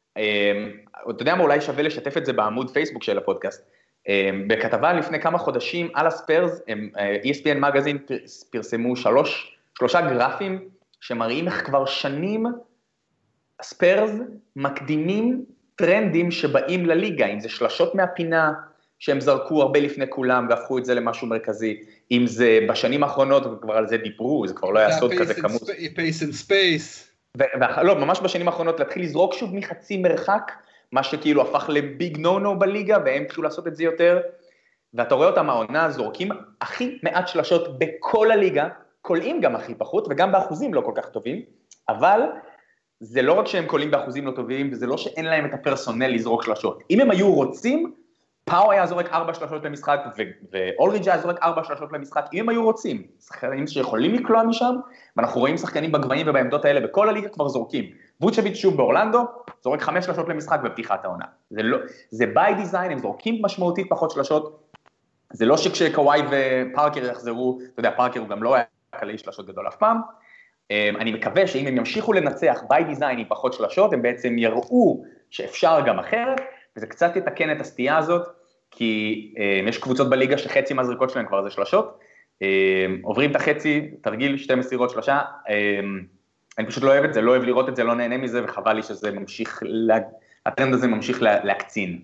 אתה יודע מה, אולי שווה לשתף את זה בעמוד פייסבוק של הפודקאסט, בכתבה לפני כמה חודשים על הספרס, E S P N מגזין פרסמו שלוש, שלושה גרפים, שמראים איך כבר שנים הספרס מקדימים טרנדים שבאים לליגה, אם זה שלשות מהפינה, שהם זרקו הרבה לפני כולם, והפכו את זה למשהו מרכזי, אם זה בשנים האחרונות, וכבר על זה דיברו, זה כבר לא היה סוד כזה כמות. פייס אנד ספייס. לא, ממש בשנים האחרונות להתחיל לזרוק שוב מחצי מרחק, מה שכאילו הפך לביג נו-נו בליגה, והם התחילו לעשות את זה יותר, ואתה רואה אותם העונה, זורקים הכי מעט שלשות בכל הליגה, קולעים גם הכי פחות, וגם באחוזים לא כל כך טובים, אבל זה לא רק שהם קולעים באחוזים לא טובים, וזה לא שאין להם את הפרסונל לזרוק שלשות. אם הם היו רוצים, פאו היה זורק ארבע שלשות למשחק, ואולריג' היה זורק ארבע שלשות למשחק, אם הם היו רוצים, שחקנים שיכולים לקלוע משם, ואנחנו רואים שחקנים בגבהים ובעמדות האלה, בכל הליגה כבר זורקים. ווצ'ביץ' שוב באורלנדו, זורק חמש שלשות למשחק בפתיחת העונה. זה לא, זה by design, הם זורקים משמעותית פחות שלשות, זה לא שכשקוואי ופארקר יחזרו, אתה יודע, פארקר הוא גם לא היה קלעי שלשות גדול אף פעם, אני מקווה שאם הם ימשיכו לנצח by design עם פחות שלשות, הם בעצם יראו שאפשר גם אחרת, וזה קצת יתקן את הסטייה הזאת, כי אה, יש קבוצות בליגה שחצי מהזריקות שלהם כבר זה שלשות, אה, עוברים את החצי, תרגיל שתי מסירות שלושה, אה, אני פשוט לא אוהב את זה, לא אוהב לראות את זה, לא נהנה מזה, וחבל לי שזה ממשיך, לה, הטרנד הזה ממשיך לה, להקצין.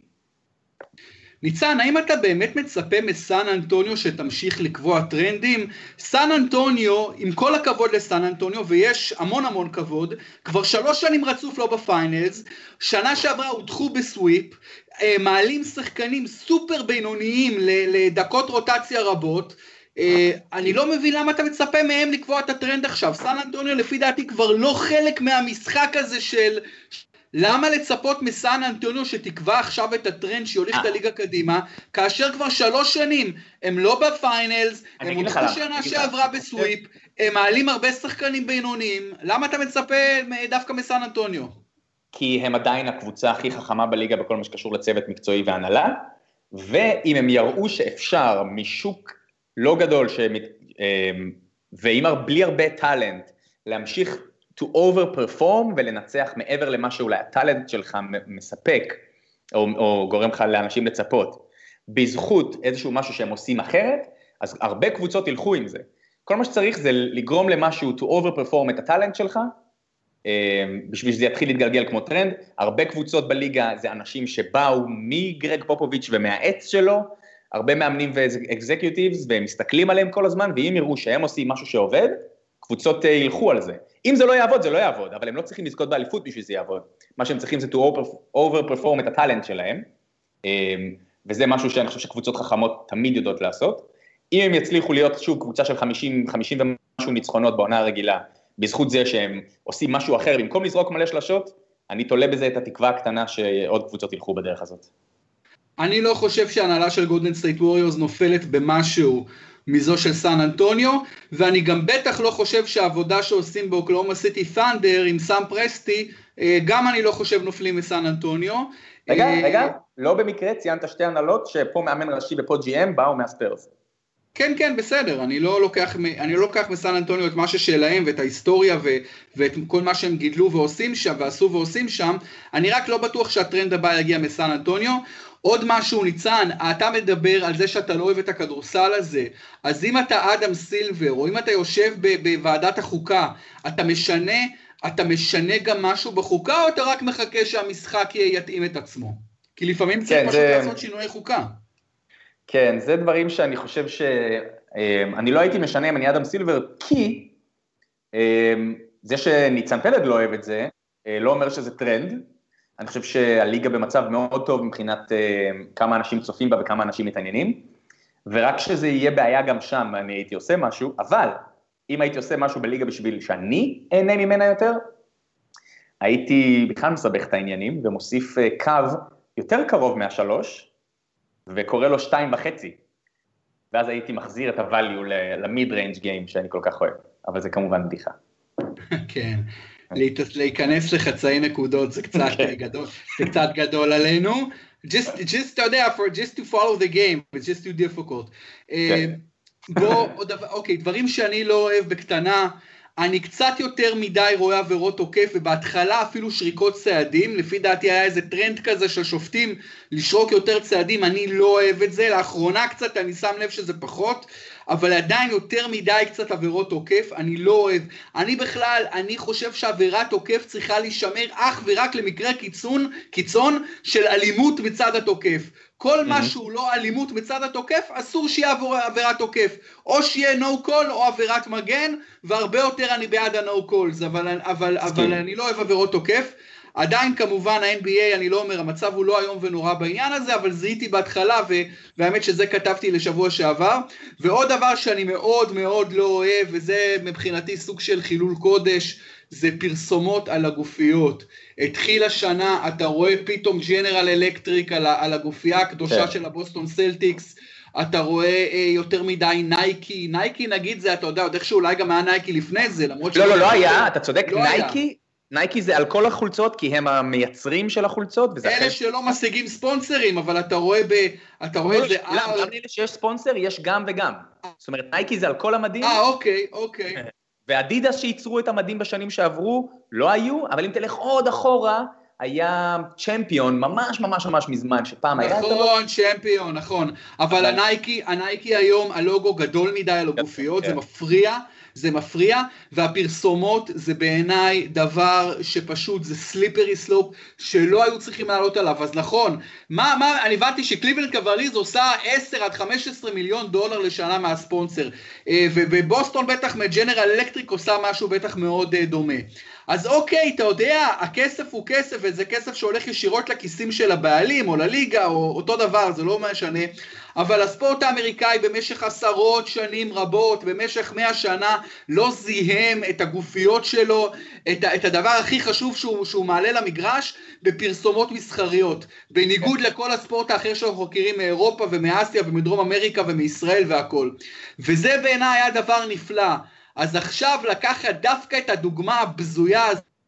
ניצן, האם אתה באמת מצפה מסן אנטוניו שתמשיך לקבוע טרנדים? סן אנטוניו, עם כל הכבוד לסן אנטוניו, ויש המון המון כבוד, כבר שלוש שנים רצוף לא בפיינלס, שנה שעברה הודחו בסוויפ, מעלים שחקנים סופר בינוניים לדקות רוטציה רבות, אני לא מבין למה אתה מצפה מהם לקבוע את הטרנד עכשיו. סן אנטוניו לפי דעתי כבר לא חלק מהמשחק הזה של... למה לצפות מסן אנטוניו שתקבע עכשיו את הטרנד שיוליך את הליגה קדימה, כאשר כבר שלוש שנים הם לא בפיינלס, הם הולכו שנה שעברה בסוויפ, הם מעלים הרבה שחקנים בינוניים, למה אתה מצפה דווקא מסן אנטוניו? כי הם עדיין הקבוצה הכי חכמה בליגה בכל מה שקשור לצוות מקצועי והנהלה, ואם הם יראו שאפשר משוק לא גדול, ועם בלי הרבה טלנט, להמשיך to overperform ולנצח מעבר למה שאולי הטלנט שלך מספק, או, או גורם לך לאנשים לצפות, בזכות איזשהו משהו שהם עושים אחרת, אז הרבה קבוצות ילכו עם זה. כל מה שצריך זה לגרום למשהו to overperform את הטלנט שלך, בשביל שזה יתחיל להתגלגל כמו טרנד. הרבה קבוצות בליגה זה אנשים שבאו מגרג פופוביץ' ומהעץ שלו, הרבה מאמנים ואקזקיוטיבס, והם מסתכלים עליהם כל הזמן, ואם יראו שהם עושים משהו שעובד, קבוצות ילכו על זה. אם זה לא יעבוד, זה לא יעבוד, אבל הם לא צריכים לזכות באליפות בשביל זה יעבוד. מה שהם צריכים זה to overperform את הטלנט שלהם, וזה משהו שאני חושב שקבוצות חכמות תמיד יודעות לעשות. אם הם יצליחו להיות שוב קבוצה של חמישים, חמישים ומשהו ניצחונות בעונה הרגילה, בזכות זה שהם עושים משהו אחר, במקום לזרוק מלא שלשות, אני תולה בזה את התקווה הקטנה שעוד קבוצות ילכו בדרך הזאת. אני לא חושב שההנהלה של גולדן סטייט ווריורס נופלת במשהו מזו של סן אנטוניו, ואני גם בטח לא חושב שהעבודה שעושים באוקלאומה סיטי ת'אנדר עם סאם פרסטי, גם אני לא חושב נופלים מסן אנטוניו. רגע, רגע, לא במקרה ציינת שתי הנהלות שפה מאמן ראשי ופה ג'י אם באו מהספרס. כן, כן, בסדר, אני לא לוקח, אני לא לוקח מסן אנטוניו את מה ששלהם ואת ההיסטוריה ו, ואת כל מה שהם גידלו ועושים שם ועשו ועושים שם, אני רק לא בטוח שהטרנד הבא יגיע מסן אנטוניו. עוד משהו ניצן, אתה מדבר על זה שאתה לא אוהב את הכדורסל הזה, אז אם אתה אדם סילבר, או אם אתה יושב בוועדת החוקה, אתה משנה, אתה משנה גם משהו בחוקה, או אתה רק מחכה שהמשחק יתאים את עצמו? כי לפעמים צריך כן, פשוט זה... לעשות שינוי חוקה. כן, זה דברים שאני חושב ש... אני לא הייתי משנה אם אני אדם סילבר, כי זה שניצן פלד לא אוהב את זה, לא אומר שזה טרנד. אני חושב שהליגה במצב מאוד טוב מבחינת כמה אנשים צופים בה וכמה אנשים מתעניינים, ורק שזה יהיה בעיה גם שם, אני הייתי עושה משהו, אבל אם הייתי עושה משהו בליגה בשביל שאני אהנה ממנה יותר, הייתי בכלל מסבך את העניינים, ומוסיף קו יותר קרוב מהשלוש, וקורא לו שתיים וחצי, ואז הייתי מחזיר את הvalue למיד ריינג' גיים שאני כל כך אוהב, אבל זה כמובן בדיחה. כן. להיכנס לחצאי נקודות, זה קצת גדול, זה קצת גדול עלינו. Just, just, אתה יודע, for just to follow the game, it's just too difficult. בוא, אוקיי, דברים שאני לא אוהב בקטנה, אני קצת יותר מדי רואה עבירות תוקף, ובהתחלה אפילו שריקות צעדים, לפי דעתי היה איזה טרנד כזה של שופטים לשרוק יותר צעדים, אני לא אוהב את זה, לאחרונה קצת אני שם לב שזה פחות, אבל עדיין יותר מדי קצת עבירות תוקף, אני לא אוהב. אני בכלל, אני חושב שעבירת תוקף צריכה להישמר אך ורק למקרה קיצון, קיצון של אלימות מצד התוקף. כל מה שהוא לא אלימות מצד התוקף, אסור שיהיה עבירת תוקף. או שיהיה no call או עבירת מגן, והרבה יותר אני בעד ה-no calls, אבל, אבל, אבל אני לא אוהב עבירות תוקף. עדיין כמובן ה-אן בי איי, אני לא אומר, המצב הוא לא היום ונורא בעניין הזה, אבל זיהיתי בהתחלה, והאמת שזה כתבתי לשבוע שעבר. ועוד דבר שאני מאוד מאוד לא אוהב, וזה מבחינתי סוג של חילול קודש, זה פרסומות על הגופיות. התחיל השנה, אתה רואה פתאום ג'נרל אלקטריק על, על הגופייה הקדושה של הבוסטון סלטיקס, אתה רואה אה, יותר מדי נייקי, נייקי נגיד זה, אתה יודע, עוד איכשהו אולי גם היה נייקי לפני זה, למרות לא, לא, לא היה, אתה צודק, נייקי, נייקי זה על כל החולצות, כי הם המייצרים של החולצות, וזה אלה שלא משיגים ספונסרים, אבל אתה רואה ב... אתה רואה את זה... למה, גם אלה שיש ספונסר, יש גם וגם. זאת אומרת, נייקי זה על כל המדים. אה, אוקיי, אוקיי. ואדידס שייצרו את המדים בשנים שעברו, לא היו, אבל אם תלך עוד אחורה, היה צ'מפיון, ממש ממש ממש מזמן, שפעם היה... נכון, צ'מפיון, נכון. אבל הנייקי, הנייקי היום, הלוגו גדול מדי על הגופיות, זה מפריע, זה מפריע, והפרסומות זה בעיניי דבר שפשוט זה סליפרי סלופ, שלא היו צריכים לעלות עליו. אז נכון, מה, מה, אני הבנתי שקליבלנד קוואלירס עושה עשר עד חמש עשרה מיליון דולר לשנה מהספונסר, ובוסטון בטח מג'נרל אלקטריק עושה משהו בטח מאוד דומה. אז אוקיי, אתה יודע, הכסף הוא כסף, וזה כסף שהולך ישירות לכיסים של הבעלים, או לליגה, או אותו דבר, זה לא משנה, אבל הספורט האמריקאי במשך עשרות שנים רבות, במשך מאה שנה, לא זיהם את הגופיות שלו, את, את הדבר הכי חשוב שהוא, שהוא מעלה למגרש, בפרסומות מסחריות, בניגוד לכל הספורט האחר שאנחנו מכירים מאירופה ומאסיה ומדרום אמריקה ומישראל והכל. וזה בעיניי היה דבר נפלא. אז עכשיו לקחת דווקא את הדוגמה הבזויה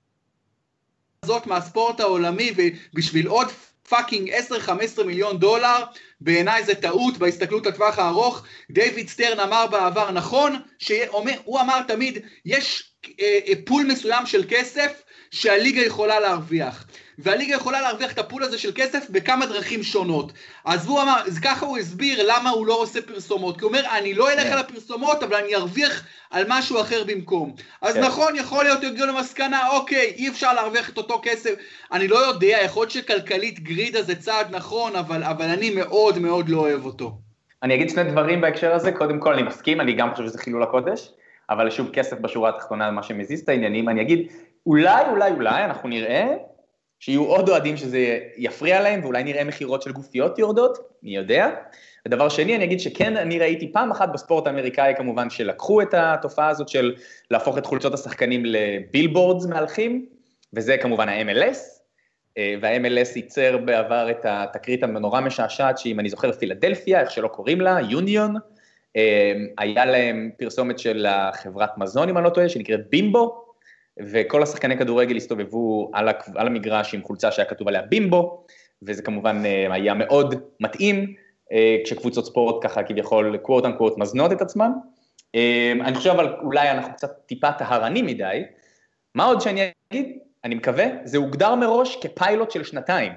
הזאת מהספורט העולמי, ובשביל עוד פאקינג עשר עד חמש עשרה מיליון דולר, בעיניי זה טעות בהסתכלות לטווח הארוך. דיוויד סטרן אמר בעבר, נכון, שהוא אמר תמיד, יש פול מסוים של כסף שהליגה יכולה להרוויח. והליגה יכולה להרוויח את הפול הזה של כסף בכמה דרכים שונות. אז הוא אמר, אז ככה הוא הסביר למה הוא לא עושה פרסומות, כי הוא אומר, אני לא אלך על הפרסומות, אבל אני ארוויח על משהו אחר במקום. אז נכון, יכול להיות יגיעו למסקנה, אוקיי, אי אפשר להרוויח את אותו כסף, אני לא יודע, יכול להיות שכלכלית גרידה זה צעד נכון, אבל, אבל אני מאוד מאוד לא אוהב אותו. אני אגיד שני דברים בהקשר הזה, קודם כל אני מסכים, אני גם חושב שזה חילול הקודש, אבל שוב כסף בשורה התחתונה, מה שמזיז את העניינים, אני אגיד, אולי, אולי, אולי, אנחנו נראה שיהיו עוד אוהדים שזה יפריע להם, ואולי נראה מחירות של גופיות יורדות, מי יודע. ודבר שני, אני אגיד שכן, אני ראיתי פעם אחת בספורט האמריקאי, כמובן, שלקחו את התופעה הזאת של להפוך את חולצות השחקנים לבילבורדס מהלכים, וזה כמובן ה-אם אל אס, וה-אם אל אס ייצר בעבר את התקרית המנורה משעשעת, שאם אני זוכר פילדלפיה, איך שלא קוראים לה, יוניון, היה להם פרסומת של חברת מזון, אם אני לא טועה, שנקראת בימבו, וכל השחקני כדורגל הסתובבו על, על המגרש עם חולצה שהיה כתוב עליה בימבו, וזה כמובן היה מאוד מתאים, כשקבוצות ספורט ככה כביכול קוורט אנקוורט מזנות את עצמם. אני חושב אבל אולי אנחנו קצת טיפה טהרנים מדי, מה עוד שאני אגיד, אני מקווה, זה הוגדר מראש כפיילוט של שנתיים.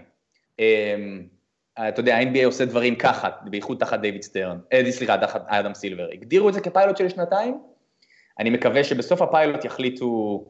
אתה יודע, ה-אן בי איי עושה דברים ככה, בייחוד תחת דיוויד סטרן, סליחה, תחת אדם סילבר, הגדירו את זה כפיילוט של שנתיים, אני מקווה שבסוף הפיילוט יחליטו,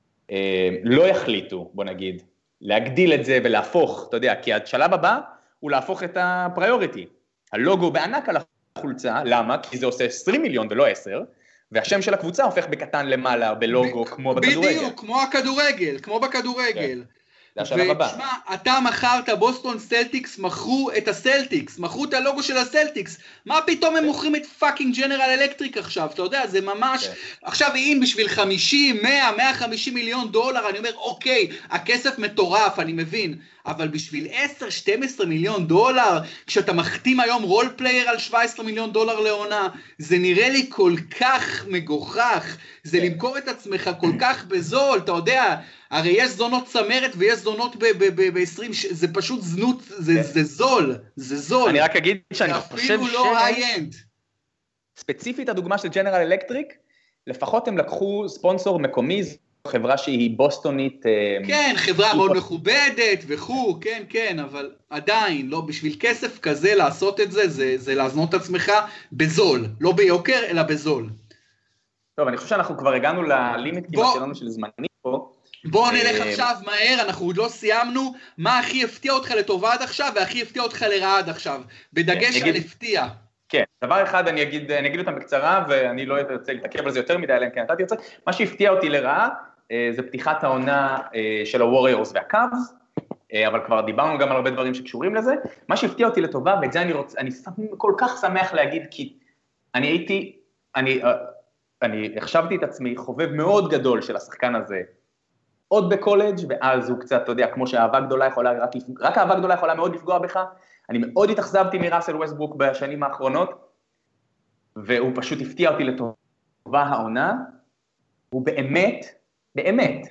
לא יחליטו, בוא נגיד, להגדיל את זה ולהפוך, אתה יודע, כי השלב הבא הוא להפוך את הפריוריטי. הלוגו בענק על החולצה, למה? כי זה עושה עשרים מיליון ולא עשר, והשם של הקבוצה הופך בקטן למעלה, בלוגו, כמו בכדורגל. בדיוק, כמו הכדורגל, כמו בכדורגל. זה השלב הבא. ושמע, אתה מכרת, בוסטון סלטיקס מכרו את הסלטיקס, מכרו את הלוגו של הסלטיקס, מה פתאום הם מוכרים את פאקינג ג'נרל אלקטריק עכשיו, אתה יודע, זה ממש, עכשיו אם בשביל חמישים, מאה, מאה וחמישים מיליון דולר, אני אומר, אוקיי, הכסף מטורף, אני מבין, אבל בשביל עשר, שתים עשרה מיליון דולר, כשאתה מחתים היום רול פלייר על שבע עשרה מיליון דולר לעונה, זה נראה לי כל כך מגוחך, זה למכור את עצמך כל כך בזול, אתה יודע, הרי יש זונות צמרת ויש זונות ב-עשרים, זה פשוט זנות, זה זול, זה זול. אני רק אגיד שאני חושב ש... אפילו לא היי-אנד. ספציפית הדוגמה של ג'נרל אלקטריק, לפחות הם לקחו ספונסור מקומי, חברה שהיא בוסטונית. כן, חברה מאוד מכובדת וכו', כן, כן, אבל עדיין, לא, בשביל כסף כזה לעשות את זה, זה להזנות את עצמך בזול, לא ביוקר, אלא בזול. טוב, אני חושב שאנחנו כבר הגענו ללימיט כמעט שלנו של זמנים פה. בואו נלך עכשיו מהר, אנחנו עוד לא סיימנו, מה הכי הפתיע אותך לטובה עד עכשיו, והכי הפתיע אותך לרעה עד עכשיו, בדגש על הפתיע. כן, דבר אחד אני אגיד, אני אגיד אותם בקצרה, ואני לא ארצה להתעכב על זה יותר מדי, אלא כן, אתה תרצה, מה שהפתיע אותי לרעה, זה פתיחת העונה של הווריורס והקאבס, אבל כבר דיברנו גם על הרבה דברים שקשורים לזה, מה שהפתיע אותי לטובה, ואת זה אני רוצה, אני כל כך שמח להגיד, כי אני הייתי, אני, אני החשבתי את עצמי חובב מאוד גדול של השחקן הזה, עוד בקולג' ואז הוא קצת, אתה יודע, כמו שהאהבה גדולה יכולה, רק, רק האהבה גדולה יכולה מאוד לפגוע בך, אני מאוד התאכזבתי מראסל ווסטברוק בשנים האחרונות, והוא פשוט הפתיע אותי לטובה העונה, הוא באמת, באמת,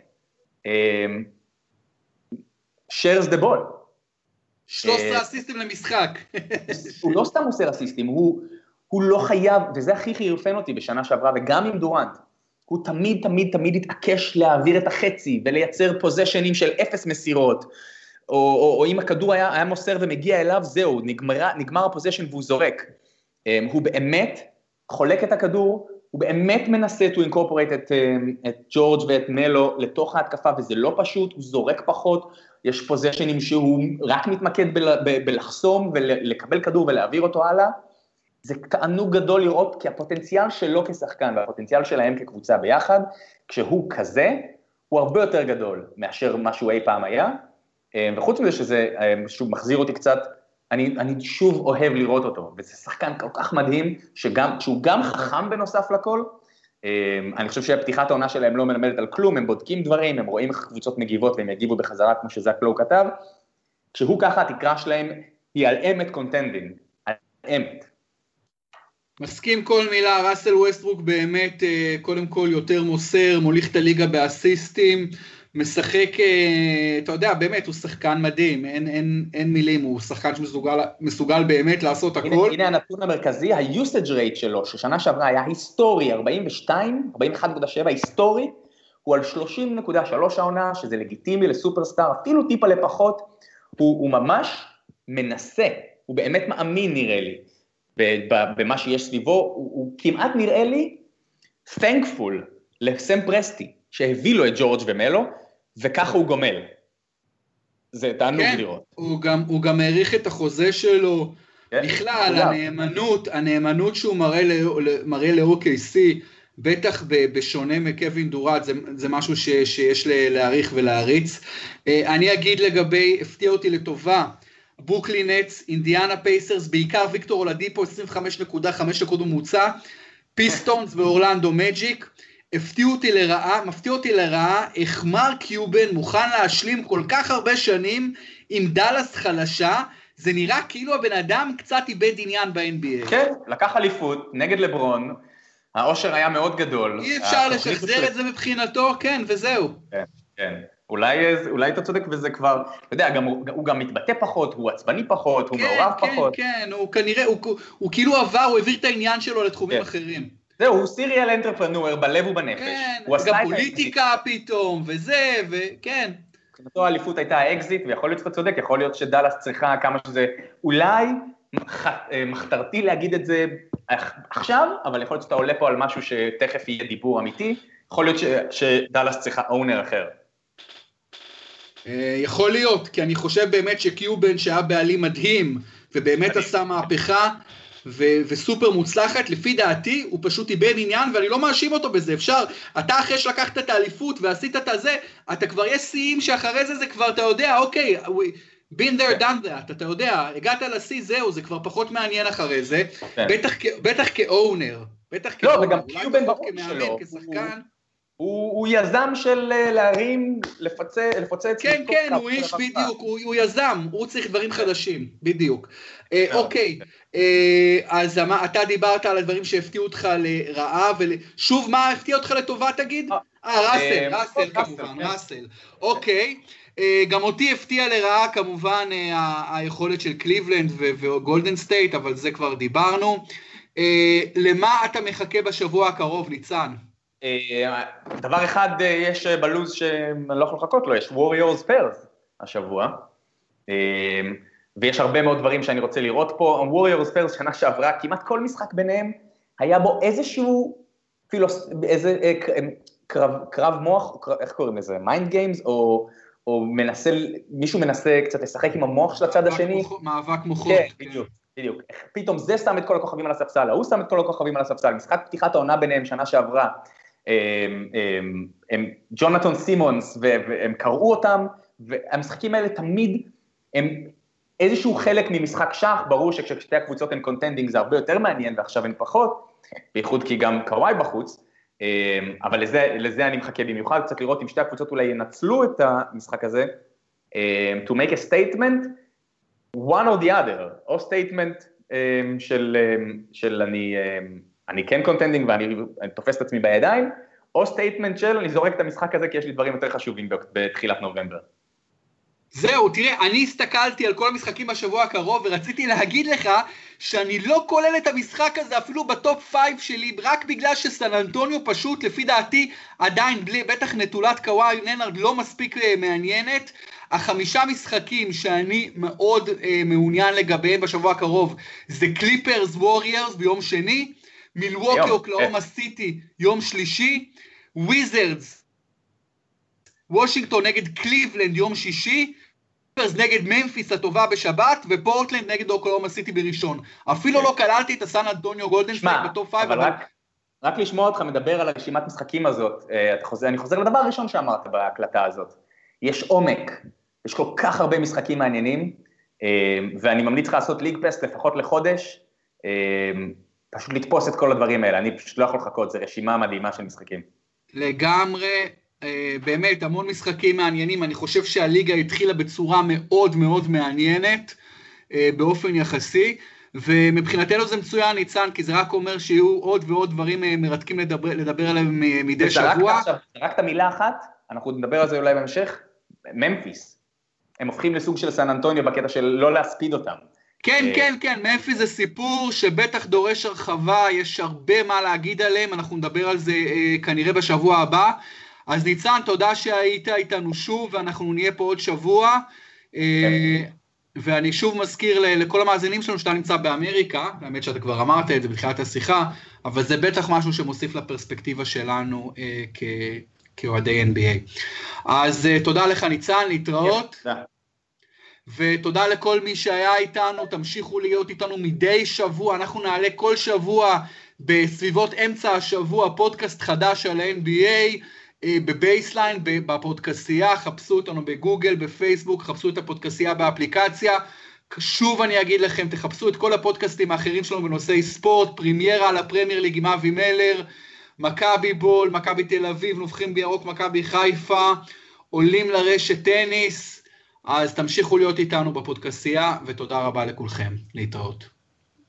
shares the ball. שלוש עשרה אסיסטים למשחק. הוא לא סתם עושה אסיסטים, הוא, הוא לא חייב, וזה הכי חירפן אותי בשנה שעברה, וגם עם דורנט, הוא תמיד, תמיד, תמיד התעקש להעביר את החצי, ולייצר פוזיישנים של אפס מסירות, או, או, או אם הכדור היה, היה מוסר ומגיע אליו, זהו, נגמר, נגמר הפוזיישן והוא זורק. הוא באמת חולק את הכדור, הוא באמת מנסה to incorporate את, את ג'ורג' ואת מלו לתוך ההתקפה, וזה לא פשוט, הוא זורק פחות, יש פוזיישנים שהוא רק מתמקד ב, ב, בלחסום ולקבל כדור ולהעביר אותו הלאה, זה תענוג גדול לראות, כי הפוטנציאל שלו כשחקן, והפוטנציאל שלהם כקבוצה ביחד, כשהוא כזה, הוא הרבה יותר גדול מאשר מה שהוא אי פעם היה, וחוץ מזה שזה שוב מחזיר אותי קצת, אני, אני שוב אוהב לראות אותו, וזה שחקן כל כך מדהים, שגם, שהוא גם חכם בנוסף לכל, אני חושב שהפתיחת העונה שלהם לא מלמדת על כלום, הם בודקים דברים, הם רואים איך קבוצות מגיבות, והם יגיבו בחזרה, כמו שזק לואו כתב, כשהוא ככה, התקרה שלהם היא על אמת קונטנדינג, על אמת. מסכים כל מילה, ראסל ווסטברוק באמת קודם כל יותר מוסר, מוליך את הליגה באסיסטים, משחק, אתה יודע, באמת הוא שחקן מדהים, אין, אין, אין מילים, הוא שחקן שמסוגל מסוגל באמת לעשות הכל. הנה, הנה הנתון המרכזי, ה-usage rate שלו, ששנה שעברה היה היסטורי, ארבעים ושתיים, ארבעים ואחת נקודה שבע, היסטורי, הוא על שלושים נקודה שלוש העונה, שזה לגיטימי לסופרסטאר, אפילו טיפה לפחות, הוא, הוא ממש מנסה, הוא באמת מאמין נראה לי, במה שיש סביבו, הוא, הוא כמעט נראה לי thankful לסם פרסטי, שהביא לו את ג'ורג' ומלו, וככה הוא גומל. זה תענוג כן, לראות. הוא גם, הוא גם העריך את החוזה שלו, כן, בכלל, הנאמנות, הנאמנות שהוא מראה, מראה ל-או קיי סי, בטח בשונה מקווין דורנט, זה, זה משהו ש, שיש להעריך ולהריץ. אני אגיד לגבי, הפתיע אותי לטובה, ברוקלין נטס, אינדיאנה פייסרס, בעיקר ויקטור אולדיפו, עשרים וחמש נקודה חמש נקודות ממוצע, פיסטונס ואורלנדו מג'יק, הפתיעו אותי לרעה, מפתיע אותי לרעה, איך מרק קיובן מוכן להשלים כל כך הרבה שנים עם דלס חלשה, זה נראה כאילו הבן אדם קצת איבד עניין ב-אן בי איי. כן, לקח אליפות נגד לברון, האושר היה מאוד גדול. אי אפשר לשחזר את זה מבחינתו, כן, וזהו. כן, כן. אולי, אולי אתה צודק וזה כבר, אתה יודע, גם, הוא, הוא גם מתבטא פחות, הוא עצבני פחות, הוא כן, מעורב כן, פחות. כן, כן, הוא כנראה, הוא, הוא כאילו עבר, הוא העביר את העניין שלו לתחומים כן. אחרים. זהו, הוא סיריאל אנטרפרנואר בלב ובנפש. כן, גם פוליטיקה פתאום, וזה, וכן. מבחינתו האליפות הייתה האקזיט, ויכול להיות שאתה צודק, יכול להיות שדלס צריכה כמה שזה, אולי מחתרתי להגיד את זה עכשיו, אבל יכול להיות שאתה עולה פה על משהו שתכף יהיה דיבור אמיתי, יכול להיות ש, שדלס צריכה אונר אחר. יכול להיות, כי אני חושב באמת שקיובן שהיה בעלים מדהים, ובאמת עשה מהפכה, ו- וסופר מוצלחת, לפי דעתי, הוא פשוט איבד עניין, ואני לא מאשים אותו בזה, אפשר, אתה אחרי שלקחת את האליפות, ועשית את הזה, אתה כבר יש שיאים שאחרי זה, זה כבר, אתה יודע, אוקיי, been there, done that, אתה יודע, הגעת לשיא, זהו, זה כבר פחות מעניין אחרי זה, בטח, בטח כאונר, בטח כאונר, לא, וגם קיובן ברור שלו, כשחקן, הוא, הוא יזם של להרים, לפצץ, לפוצץ. כן, כן, הוא איש בדיוק, הוא, הוא יזם, הוא צריך דברים חדשים, בדיוק. אה, אוקיי, אה, אז אתה דיברת על הדברים שהפתיעו אותך לרעה, ושוב, מה הפתיע אותך לטובה, תגיד? אה, ראסל, ראסל כמובן, ראסל. אוקיי, גם אותי הפתיע לרעה, כמובן, היכולת של קליבלנד וגולדן סטייט, אבל זה כבר דיברנו. למה אתה מחכה בשבוע הקרוב, ניצן? דבר אחד יש בלוז שאני לא יכול לחכות לו, יש Warriors Spurs השבוע, ויש הרבה מאוד דברים שאני רוצה לראות פה. Warriors Spurs שנה שעברה, כמעט כל משחק ביניהם, היה בו איזשהו פילוס... איזה קרב, קרב מוח, איך קוראים לזה? מיינד גיימס, או, או מנסה, מישהו מנסה קצת לשחק עם המוח של הצד השני. מוח, מאבק מוחות. כן, בדיוק, בדיוק. פתאום זה שם את כל הכוכבים על הספסל, הוא שם את כל הכוכבים על הספסל, משחק פתיחת העונה ביניהם שנה שעברה, הם, הם, הם, ג'ונתן סימונס, והם קראו אותם, והמשחקים האלה תמיד הם איזשהו חלק ממשחק שח, ברור שכששתי הקבוצות הן קונטנדינג זה הרבה יותר מעניין, ועכשיו הן פחות, בייחוד כי גם קוואי בחוץ, אבל לזה, לזה אני מחכה במיוחד, קצת לראות אם שתי הקבוצות אולי ינצלו את המשחק הזה, to make a statement, one or the other, או statement של, של אני, אני כן קונטנדינג ואני תופס את עצמי בידיים, או statement של אני זורק את המשחק הזה כי יש לי דברים יותר חשובים בתחילת נובמבר. זהו, תראה, אני הסתכלתי על כל המשחקים בשבוע הקרוב, ורציתי להגיד לך שאני לא כולל את המשחק הזה אפילו בטופ חמש שלי, רק בגלל שסן אנטוניו פשוט, לפי דעתי, עדיין בלי, בטח נטולת קוואי לנארד לא מספיק מעניינת. החמישה משחקים שאני מאוד אה, מעוניין לגביהם בשבוע הקרוב, זה קליפרס ווריירס ביום שני, מילווקי אוקלאומה סיטי יום שלישי, וויזרדס וושינגטון נגד קליבלנד יום שישי, פירס נגד ממפיס הטובה בשבת, ופורטלנד נגד אוקלאומה סיטי בראשון. אפילו לא כללתי את הסן אנטוניו גולדן סטייט בטופ חמש. אבל רק, רק לשמוע אותך מדבר על הרשימת משחקים הזאת, אני חוזר לדבר הראשון שאמרת בהקלטה הזאת. יש עומק, יש כל כך הרבה משחקים מעניינים, ואני ממליץ לך לעשות ליג פסט לפחות לחודש, פשוט לתפוס את כל הדברים האלה, אני פשוט לא יכול לחכות, זו רשימה מדהימה של משחקים. לגמרי, באמת, המון משחקים מעניינים, אני חושב שהליגה התחילה בצורה מאוד מאוד מעניינת, באופן יחסי, ומבחינתנו זה מצוין, ניצן, כי זה רק אומר שיהיו עוד ועוד דברים מרתקים לדבר, לדבר עליהם מדי שבוע. רק את המילה אחת, אנחנו נדבר על זה אולי בהמשך, ממפיס, הם הופכים לסוג של סן אנטוניו בקטע של לא להספיד אותם. כן, כן, כן, ממפיס זה סיפור שבטח דורש הרחבה, יש הרבה מה להגיד עליהם, אנחנו נדבר על זה כנראה בשבוע הבא, אז ניצן, תודה שהיית איתנו שוב, ואנחנו נהיה פה עוד שבוע, ואני שוב מזכיר לכל המאזינים שלנו שאתה נמצא באמריקה, האמת שאתה כבר אמרת את זה בתחילת השיחה, אבל זה בטח משהו שמוסיף לפרספקטיבה שלנו כאוהדי אן בי איי. אז תודה לך ניצן, להתראות. תודה. ותודה לכל מי שהיה איתנו, תמשיכו להיות איתנו מדי שבוע, אנחנו נעלה כל שבוע בסביבות אמצע השבוע פודקאסט חדש על ה-אן בי איי, בבייסליין, בפודקאסייה, חפשו אותנו בגוגל, בפייסבוק, חפשו את הפודקאסייה באפליקציה, שוב אני אגיד לכם, תחפשו את כל הפודקאסטים האחרים שלנו בנושאי ספורט, פרימיירה על הפרמייר ליג עם אבי מלר, מכבי בול, מכבי תל אביב, נובחים בירוק, מכבי חיפה, עולים לרשת טניס, אז תמשיכו להיות איתנו בפודקאסייה, ותודה רבה לכולכם, להתראות.